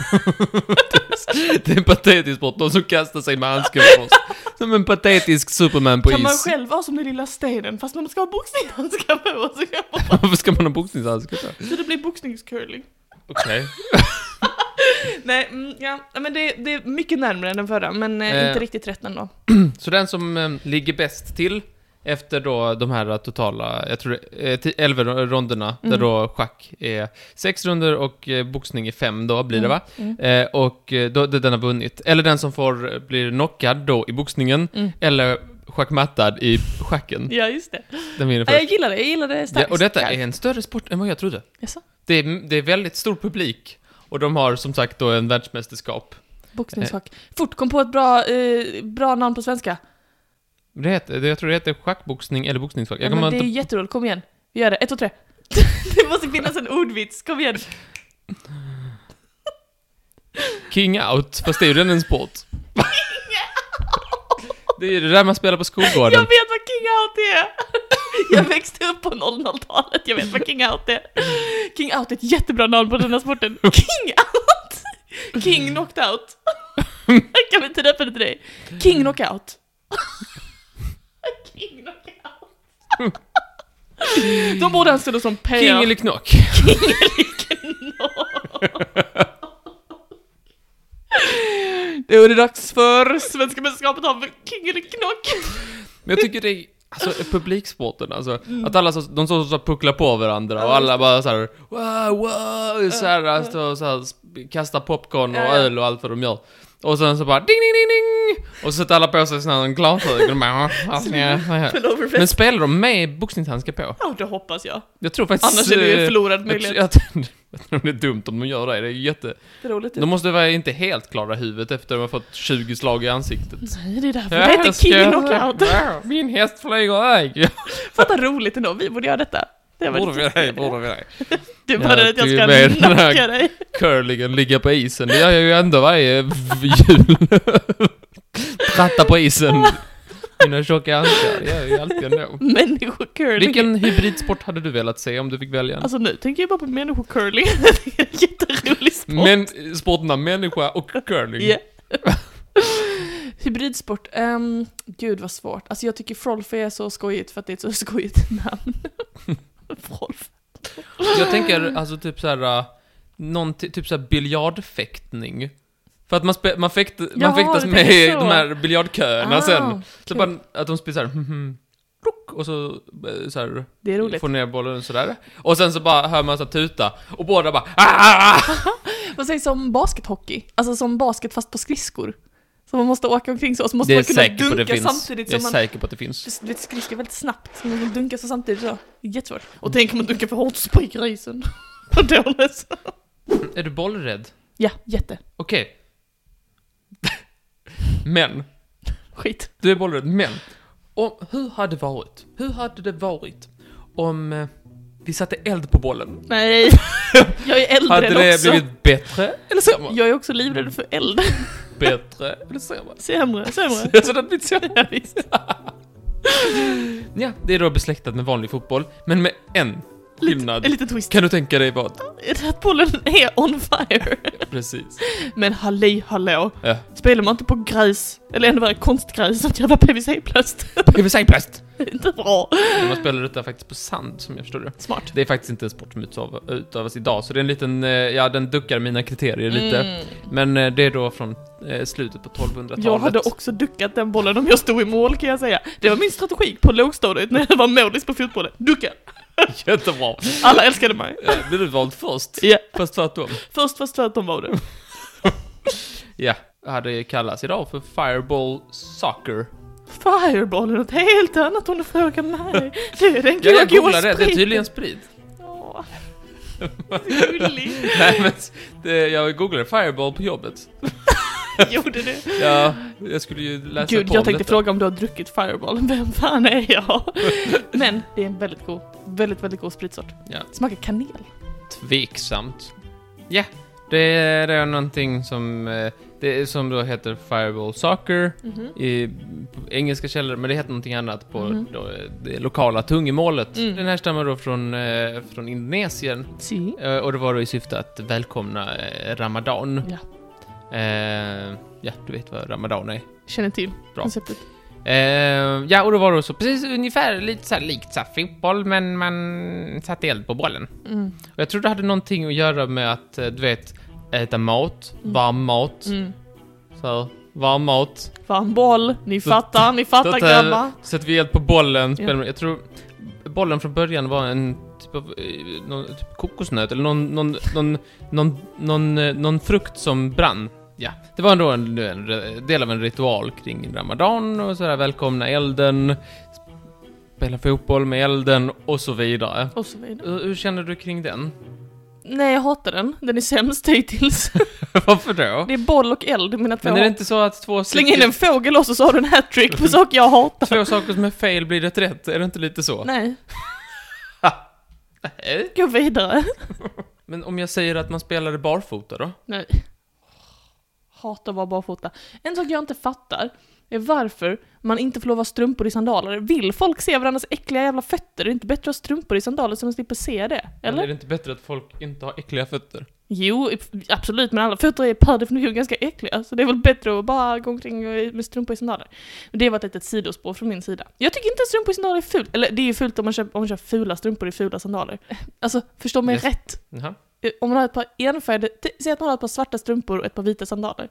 Det är en patetisk sport, de som kastar sig med handsken på oss. Som en patetisk Superman på Kan is. man själv vara som den lilla stenen, fast man ska ha boxningshandskar på, så kan man... Varför ska man ha boxningshandskar på? Så det blir boxningscurling. Okej. Nej, mm, ja, men det, det är mycket närmare än den förra, men eh, Eh. inte riktigt rätt ändå. Så den som eh, ligger bäst till efter då de här totala, jag tror det är elva ronderna, Mm. där då schack är sex runder och eh, boxning är fem då, blir det va? Mm. Eh, och eh, då, den har vunnit. Eller den som får blir knockad då i boxningen, Mm. eller schackmattad i schacken. Ja, just det. Den vinner Ja, jag först. gillar det, jag gillar det Ja, starkt. och detta är en större sport än vad jag trodde. Jaså? Det är, det är väldigt stor publik. Och de har som sagt då en världsmästerskap. Boxningsschack. Fort, kom på ett bra, eh, bra namn på svenska. Det heter, det, jag tror det heter schackboxning eller boxningsschack. Ja, Jag men kommer det är inte... jätteroligt, kom igen. Vi gör det, ett, två, tre. Det måste finnas en ordvits, kom igen. King out, fast det är ju den en sport. Det är ju det där man spelar på skolgården. Jag vet vad King Out är. Jag växte upp på noll noll-talet, jag vet vad King Out är. King Out är ett jättebra namn på den här sporten. King Out! King Knocked Out. Kan vi inte döpa det till dig? King Knockout. King Knockout. De borde anställa som P R. King eller knock. King eller knock. Det är det dags för svenska mästerskapet av King eller knock. Men jag tycker det är, alltså, publiksporten, alltså, mm. att alla så, de så, så pucklar på varandra och alla bara så här, wow, wow, så här, alltså, så här, kastar popcorn och öl och allt vad de gör. Och sen så bara ding, ding, ding, ding. Och så sätter alla på sig såna glasögon och bara, alltså, ja, ja. Men spelar de med boxningshandskar på? Ja, det hoppas jag. Jag tror faktiskt... Annars är det ju förlorad möjlighet. Jag, jag, jag tror det är dumt om de gör det. Det är jätte... Det är roligt. De måste vara inte helt klara i huvudet efter att de har fått tjugo slag i ansiktet. Nej, det är därför Ja, det heter ska- King Knockout. Ja, min häst flyger iväg. Fatta roligt ändå, vi borde göra detta. Det var Borde vi det? Borde vi det? Det är bara Ja, att jag det är ska med den här- knacka dig. Curlingen ligga på isen. Det gör jag ju ändå varje jul. Tratta på isen. Mina tjocka handskar. Det gör jag ju alltid ändå. Människocurling. Vilken hybridsport hade du velat se om du fick välja en? Alltså nu tänker jag bara på människocurling. Det är en jätterolig sport. Men, sporterna människa och curling. Yeah. Hybridsport. Um, gud vad svårt. Alltså jag tycker Frolf är så skojigt för att det är ett så skojigt namn. Frolf. Jag tänker alltså typ så här, uh, någon ty- typ så här biljardfäktning. För att man, spe- man, fäkt- man Ja, fäktas du med tänker så. de här biljardköerna Ah, sen. Så kul. bara att de spelar så här, hm, hm, rock, och så, eh, så här, Det är roligt. får ner bollen sådär. Och sen så bara hör man så här tuta. Och båda bara, ah! Vad sägs om baskethockey? Alltså som basket fast på skridskor. Så man måste åka omkring så och så måste Det är man kunna säkert på att det dunka finns. samtidigt Jag är som man... säker på att det finns. Du vet, skridskor är väldigt snabbt, så man kan dunka så samtidigt så. Det är jättesvårt. Och tänk om man dunkar för hårt så spricker isen. På dåligt. Är du bollrädd? Ja, jätte. Okej. Men, Skit. du är bollrädd, men om, hur hade det varit? Hur hade det varit om eh, vi satte eld på bollen? Nej, jag är äldre Hade än det också. blivit bättre eller sämre? Jag är också livrädd för eld. Bättre eller sämre? Sämre, sämre. Jag tror att det blivit sämre. Ja, visst. Ja, det är då besläktat med vanlig fotboll, men med en skillnad. En liten twist. Kan du tänka dig vad? Att bollen är on fire. Precis. Men halli hallå. Ja. Spelar man inte på gräs, eller ändå var det konstgräs, sånt jävla P V C-plast. P V C-plast! Inte bra. Man spelar detta faktiskt på sand, som jag förstår det. Smart. Det är faktiskt inte en sport som utöv- utövas idag, så det är en liten, eh, ja, den duckar mina kriterier lite. Mm. Men eh, det är då från eh, slutet på tolvhundratalet. Jag hade också duckat den bollen om jag stod i mål, kan jag säga. Det var min strategi på lågstadiet när jag var målis på fotbollen. Ducka! Jättebra. Alla älskade mig. Ja, blev du vald först? Ja. Fast tvärtom. Först fast tvärtom var det. Ja, det hade kallats idag för Fireball Soccer. Fireball är något helt annat om du frågar mig. Det är den Ja, jag goda googlade det, det är spriten. tydligen sprit. Åh. Gullig. Nej, men det, jag googlade Fireball på jobbet. Gjorde det? Ja, jag skulle ju läsa Gud, på jag om tänkte detta. fråga om du har druckit Fireball. Vem fan är jag? Men det är en väldigt god, väldigt, väldigt god spritsort. Ja. Smakar kanel. Tveksamt. Ja, det är, det är någonting som, eh, det är, som då heter Fireball Soccer Mhm. i på engelska källor, men det heter någonting annat på Mhm. då, det lokala tungemålet. Mm. Den här stammar då från, eh, från Indonesien. Si. Eh, och det var då i syfte att välkomna eh, Ramadan. Ja. Eh, ja, du vet vad Ramadan är. Känner till Bra. konceptet. Eh, ja, och då var det så precis ungefär lite så här likt så här fotboll, men man satte eld på bollen. Mm. Och jag tror det hade någonting att göra med att, eh, du vet, äta mat, Mm. varm mat, Mm. så här, varm mat. Fan boll, ni Så- fattar, ni Så fattar att, eh, grabbar. sätter vi eld på bollen. Ja. Spelar, jag tror bollen från början var en typ av eh, någon, typ kokosnöt eller någon, någon, någon, någon, någon, eh, någon frukt som brann. Ja, det var ändå en, en del av en ritual kring Ramadan och sådär, välkomna elden, spela fotboll med elden och så vidare. Och så vidare. Hur, hur känner du kring den? Nej, jag hatar den. Den är sämst hittills. Varför då? Det är boll och eld, mina två Men är det hat. inte så att två, Släng in en fågel också så har du en hattrick på saker jag hatar. två saker som är fel blir det rätt? Är det inte lite så? Nej, Nej. gå vidare. Men om jag säger att man spelade barfota då? Nej. Hatar att vara barfota. En sak jag inte fattar är varför man inte får lov att ha strumpor i sandaler. Vill folk se varandras äckliga jävla fötter? Är det inte bättre att ha strumpor i sandaler så de slipper se det? Men Eller? är det inte bättre att folk inte har äckliga fötter? Jo, absolut, men alla fötter är per definition ganska äckliga. Så det är väl bättre att bara gå omkring med strumpor i sandaler. Men det var ett litet sidospår från min sida. Jag tycker inte att strumpor i sandaler är fult. Eller det är ju fult om man kör, om man kör fula strumpor i fula sandaler. Alltså, förstå mig Yes. rätt. Jaha. Om man har ett par enfärgade, t- säg att man har ett par svarta strumpor och ett par vita sandaler.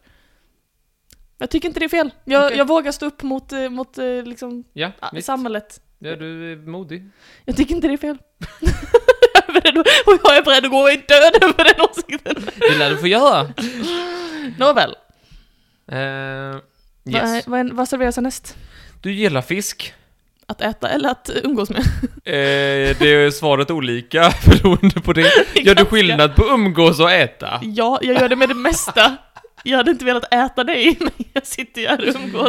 Jag tycker inte det är fel. Jag, Okej. jag vågar stå upp mot, eh, mot eh, liksom, Ja, ah, visst. samhället. Ja, du är modig. Jag tycker inte det är fel. jag är beredd att, och jag är beredd att gå i döden för den åsikten. Det lär du få göra. Nåväl. Uh, Vad, yes. är- vad, är- vad serveras näst? Du gillar fisk. Att äta eller att umgås med? Eh, det är svaret olika beroende på det. Gör du Ganska. skillnad på umgås och äta? Ja, jag gör det med det mesta. Jag hade inte velat äta dig, men jag sitter ju här och umgås.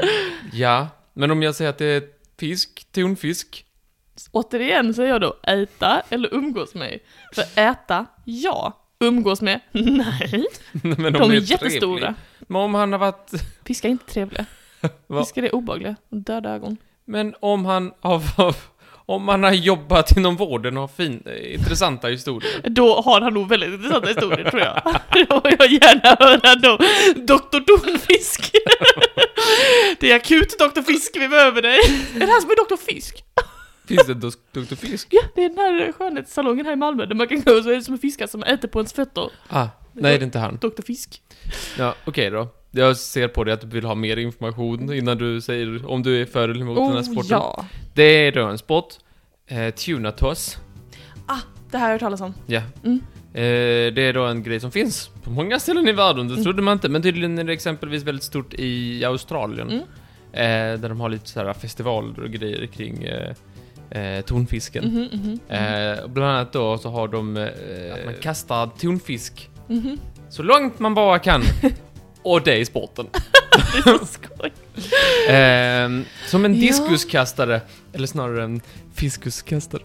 Ja, men om jag säger att det är fisk, tonfisk. Återigen säger jag då äta eller umgås med. För äta, ja. Umgås med, nej. Men De om är det jättestora. trevlig. Men om han har varit... Fiskar är inte trevliga. Va? Fiskar är obehagliga och döda ögon. Men om han har... Om man har jobbat inom vården och har fin, intressanta historier. Då har han nog väldigt intressanta historier, tror jag. Då vill jag gärna höra då. doktor Tonfisk. Det är akut, doktor Fisk, vi behöver dig. Är det han som är doktor Fisk? Finns det dos- doktor Fisk? Ja, det är den här skönhetssalongen här i Malmö där man kan gå och så är det som en fiskar som äter på ens fötter. Ah, nej, det är inte han. doktor Fisk. Ja, okej då. Jag ser på dig att du vill ha mer information innan du säger om du är för eller emot den här sporten. ja. Det är då en sport. Eh, Tunatoss. Ah, det här har jag hört talas om. Ja. Mm. Eh, det är då en grej som finns på många ställen i världen. Det Mm. trodde man inte. Men tydligen är det exempelvis väldigt stort i Australien. Mm. Eh, där de har lite så här festivaler och grejer kring eh, eh, tonfisken. Mhm, mhm, mhm. Eh, bland annat då så har de eh, att man kastar tonfisk Mhm. så långt man bara kan. Och det är sporten. Det är så skoj. Eh, som en Ja. diskuskastare. Eller snarare en fiskuskastare.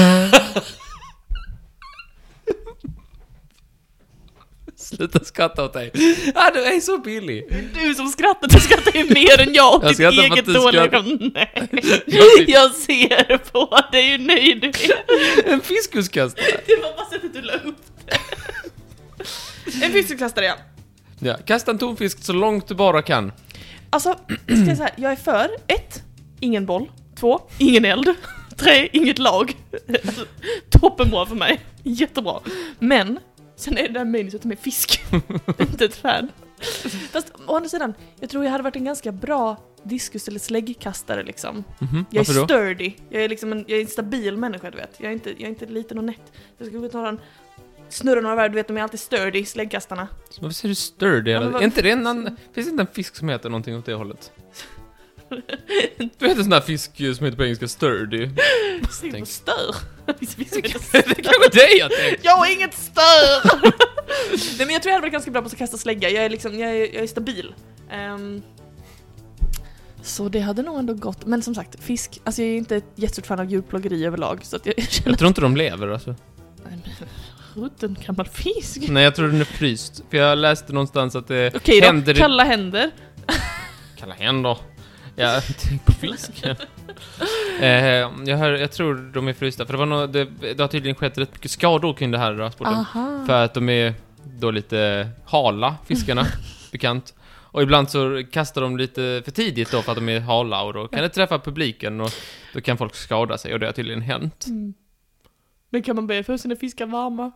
Sluta skratta åt dig. Ah, du är så billig. Du som skrattar, du skrattar ju mer än jag åt Jag ditt skrattar för eget att du dåliga skrattar. skämt. Nej. Jag- Jag ser på dig hur nöjd du är. En fiskuskastare. Det var bara sättet du la upp det. En fiskkastare, ja. Ja, kasta en tonfisk så långt du bara kan. Alltså, ska jag säga, jag är för ett, ingen boll. Två, ingen eld. Tre, inget lag. Alltså, toppenbra för mig. Jättebra. Men, sen är det där minuset med fisk. Inte ett fan. Fast å andra sidan, jag tror jag hade varit en ganska bra diskus- eller släggkastare liksom. Mhm, Jag varför är då? sturdy. Jag är liksom en, jag är en stabil människa, du vet. Jag är inte, jag är inte liten och nätt. Jag ska gå ta en snurra några varv, du vet, de är alltid sturdy, släggkastarna. Varför säger du sturdy? Ja, men Eller? vad- Är inte det en annan... Finns det inte en fisk som heter någonting åt det hållet? Du vet en sån här fisk som heter på engelska sturdy. Tänk på stör. Det kanske det jag tänkte. Jag har inget stör! Nej, men jag tror jag hade varit ganska bra på att kasta slägga. Jag är liksom, jag är, jag är stabil. Um, så det hade nog ändå gått. Men som sagt, fisk. Alltså jag är inte ett jättestort fan av djurplågeri överlag. Så att jag, känner... jag tror inte de lever alltså. Nej, men rutten gammal fisk. Nej, jag tror den är fryst. För jag läste någonstans att det Okej då, händer... kalla händer. Kalla händer. Ja, tänk på fisken. eh, jag, hör, jag tror de är frysta. För det, var nog, det, det har tydligen skett rätt mycket skador kring det här sporten. Aha. För att de är då lite hala, fiskarna, bekant. Och ibland så kastar de lite för tidigt då för att de är hala. Och då kan det träffa publiken och då kan folk skada sig. Och det har tydligen hänt. Mm. Men kan man be för sina fiskar varma?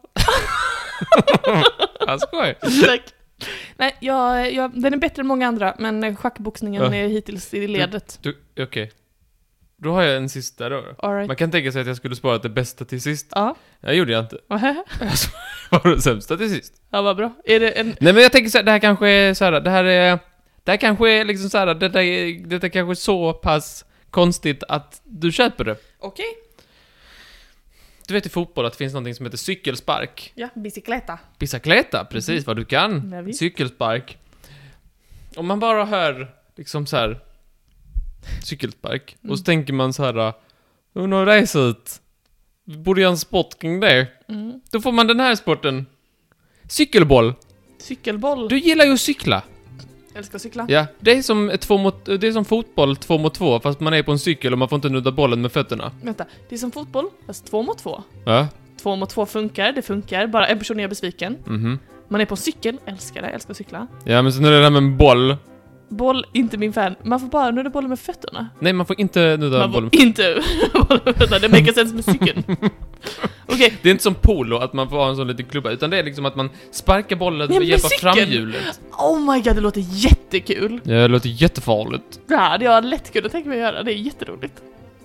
Ja, skoj. Tack. Nej, jag, jag, den är bättre än många andra. Men schackboxningen Ja. är hittills i ledet. Du, du, Okej. Okay. Då har jag en sista då. All right. Man kan tänka sig att jag skulle spara det bästa till sist. Ja. Jag gjorde jag inte. Aha. Jag var det sämsta till sist. Ja, vad bra. Är det en... Nej, men jag tänker så här, det här kanske är så här, det här är, det här kanske är liksom så här, det där är, det är kanske är så pass konstigt att du köper det. Okej. Du vet i fotboll att det finns något som heter cykelspark. Ja, bicicleta. Bicicleta, precis Mm-hmm. vad du kan. Ja, visst. Cykelspark. Om man bara hör liksom så här cykelspark Mm. och så tänker man så här, undrar hur det ser ut. Vi borde göra en sport kring det. Mm. Då får man den här sporten. Cykelboll. Cykelboll. Du gillar ju att cykla. Älskar att cykla. Ja, det är som ett två mot, det är som fotboll två mot två fast man är på en cykel och man får inte nudda bollen med fötterna. Vänta, det är som fotboll, fast två mot två. Ja. Två mot två funkar, det funkar. Bara en person är besviken. Mhm. Man är på en cykel, älskar det, älskar att cykla. Ja, men sen är det där med en boll. Boll, inte min fan. Man får bara nudda bollen med fötterna. Nej, man får inte nudda Man bollen. får inte bollen med fötterna, det makes sense med cykeln. Okej. Det är inte som polo att man får ha en sån liten klubba, utan det är liksom att man sparkar bollen Nej, med med hjälp av cykeln. framhjulet. Oh my god, det låter jättekul. Ja, det låter jättefarligt. Det hade jag lätt kunnat tänka mig att göra, det är jätteroligt.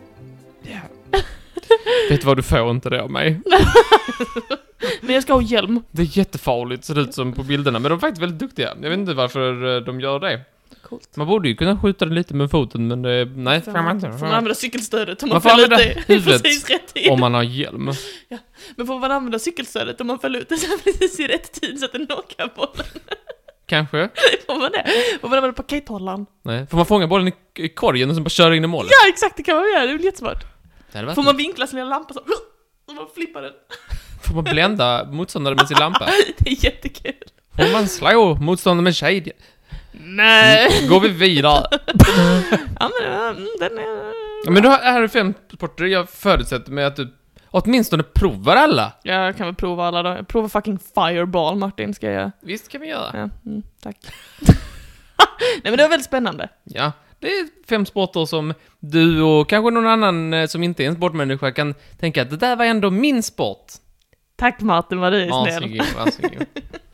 Vet du vad, du får inte det av mig. Men jag ska ha hjälm. Det är jättefarligt, ser det ut som på bilderna. Men de är faktiskt väldigt duktiga. Jag vet inte varför eh, de gör det. Coolt. Man borde ju kunna skjuta det lite med foten, men det, nej, Får får man man, inte. får man använda cykelstödet om man, Man får fäller ut använda det huvudet precis rätt tid? Om man har hjälm. Men får man använda cykelstödet om man fäller ut det så precis i rätt tid så att den knockar bollen? Kanske. Får man det? Får man använda pakethållaren? Nej. Får man fånga bollen i, i korgen och sen bara köra in i målet? Ja, exakt, det kan man göra, det är väl jättesmart. Det hade varit Får man vinkla sin lilla lampa så, så man flippar den? Får man blända motståndare med sin lampa? Det är jättekul. Får man slå motståndare med kedja? Nej. Går vi vidare? Ja, men mm, den är... Ja, men då här är fem sporter. Jag förutsätter med att du åtminstone provar alla. Jag kan väl prova alla då. Jag provar fucking fireball, Martin, ska jag... Visst kan vi göra. Ja, mm, tack. Nej, men det var väldigt spännande. Ja, det är fem sporter som du och kanske någon annan eh, som inte är en sportmänniska kan tänka att det där var ändå min sport. Tack Martin, vad du är snäll. Varsågod, varsågod.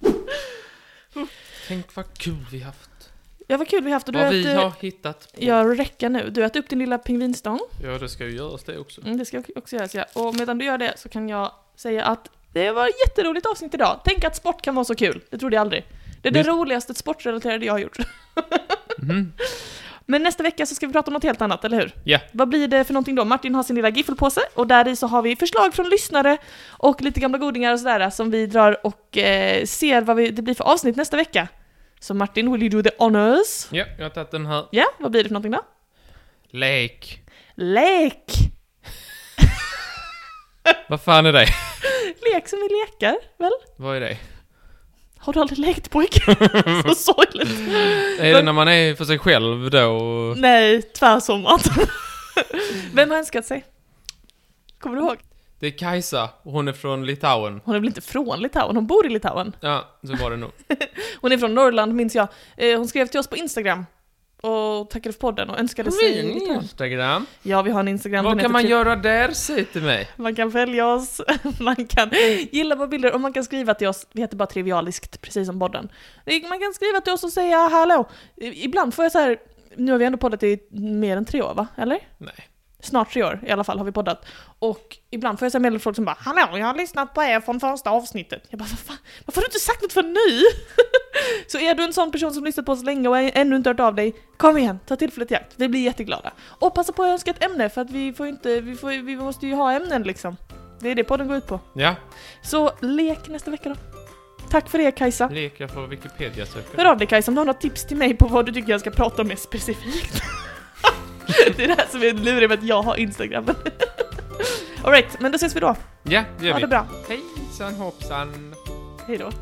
Tänk vad kul vi haft. Ja, vad kul vi haft. Och du Vad vet, vi eh, har hittat på. jag räcker nu. Du äter upp din lilla pingvinstång. Ja, det ska ju göras det också. Mm, det ska också göras, ja. Och medan du gör det så kan jag säga att det var ett jätteroligt avsnitt idag. Tänk att sport kan vara så kul. Det trodde jag aldrig. Det är det Visst. roligaste sportrelaterade jag har gjort. Mhm. Men nästa vecka så ska vi prata om något helt annat, eller hur? Ja. Vad blir det för någonting då? Martin har sin lilla giffelpåse och där i så har vi förslag från lyssnare och lite gamla godingar och sådär som vi drar och eh, ser vad vi, det blir för avsnitt nästa vecka. Så Martin, will you do the honors? Ja, jag har tagit den här. Ja, vad blir det för någonting då? Lek. Lek! Vad fan är det? Lek som vi lekar, väl? Vad är det? Har du aldrig lekt, pojk? Så sorgligt. Är det när man är för sig själv då? Nej, tvärsommar. Vem har önskat sig? Kommer du ihåg? Det är Kajsa och hon är från Litauen. Hon är väl inte från Litauen? Hon bor i Litauen. Ja, så var det nog. Hon är från Norrland, minns jag. Eh, hon skrev till oss på Instagram och tackade för podden och önskade sig Min Litauen. Instagram. Ja, vi har en Instagram. Vad den kan heter man typ- göra där? Säg till mig. Man kan följa oss, man kan gilla våra bilder och man kan skriva till oss. Vi heter bara Trivialiskt, precis som podden. Man kan skriva till oss och säga hallå. Ibland får jag så här, nu har vi ändå poddat i mer än tre år, va? Eller? Nej. Snart tre år i alla fall har vi poddat. Och ibland får jag säga med folk som bara hallå, jag har lyssnat på er från första avsnittet. Jag bara, vad fan, varför har du inte sagt något för nu? Så är du en sån person som lyssnat på oss länge och ännu inte hört av dig, kom igen, ta tillfället i akt. Vi blir jätteglada. Och passa på att önska ett ämne, för att vi får inte, vi, får, vi måste ju ha ämnen liksom. Det är det podden går ut på. Ja. Så lek nästa vecka då. Tack för det, Kajsa. Lek, jag får Wikipedia söka. Hör av dig, Kajsa, om du har något tips till mig på vad du tycker jag ska prata om mer specifikt. Det är det här som är lurigt med att jag har Instagram. All right, men då ses vi då. Ja, det gör Ha vi. det bra. Hejsan hoppsan. Hej då.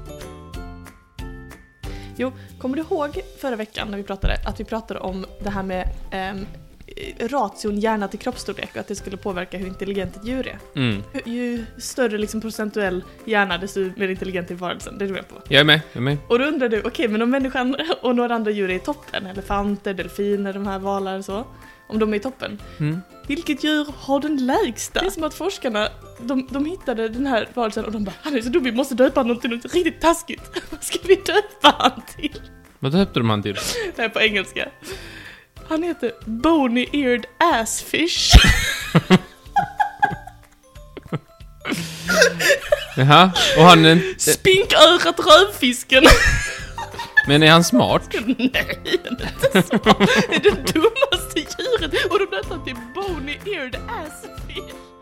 Jo, kommer du ihåg förra veckan när vi pratade att vi pratade om det här med ehm, ration hjärna till kroppsstorlek och att det skulle påverka hur intelligent ett djur är? Mm. Ju, ju större liksom procentuell hjärna, desto mer intelligent är varelsen. Det tror jag på. Jag är med, jag är med. Och då undrar du, okej, okay, men om människan och några andra djur är i toppen, elefanter, delfiner, de här valar och så, om de är i toppen, Mm. vilket djur har den lägsta? Det är som att forskarna, de, de hittade den här varelsen och de bara, han är så dum, vi måste döpa honom till något riktigt taskigt. Vad ska vi döpa han till? Vad döpte de han till? Det här är på engelska. Han heter Bony-eared assfish. Jaha, och han är... Spinkörat rövfisken. Men är han smart? Nej, han är inte smart. Det är det dummaste djuret. Och de döpte han till Bony-eared assfish.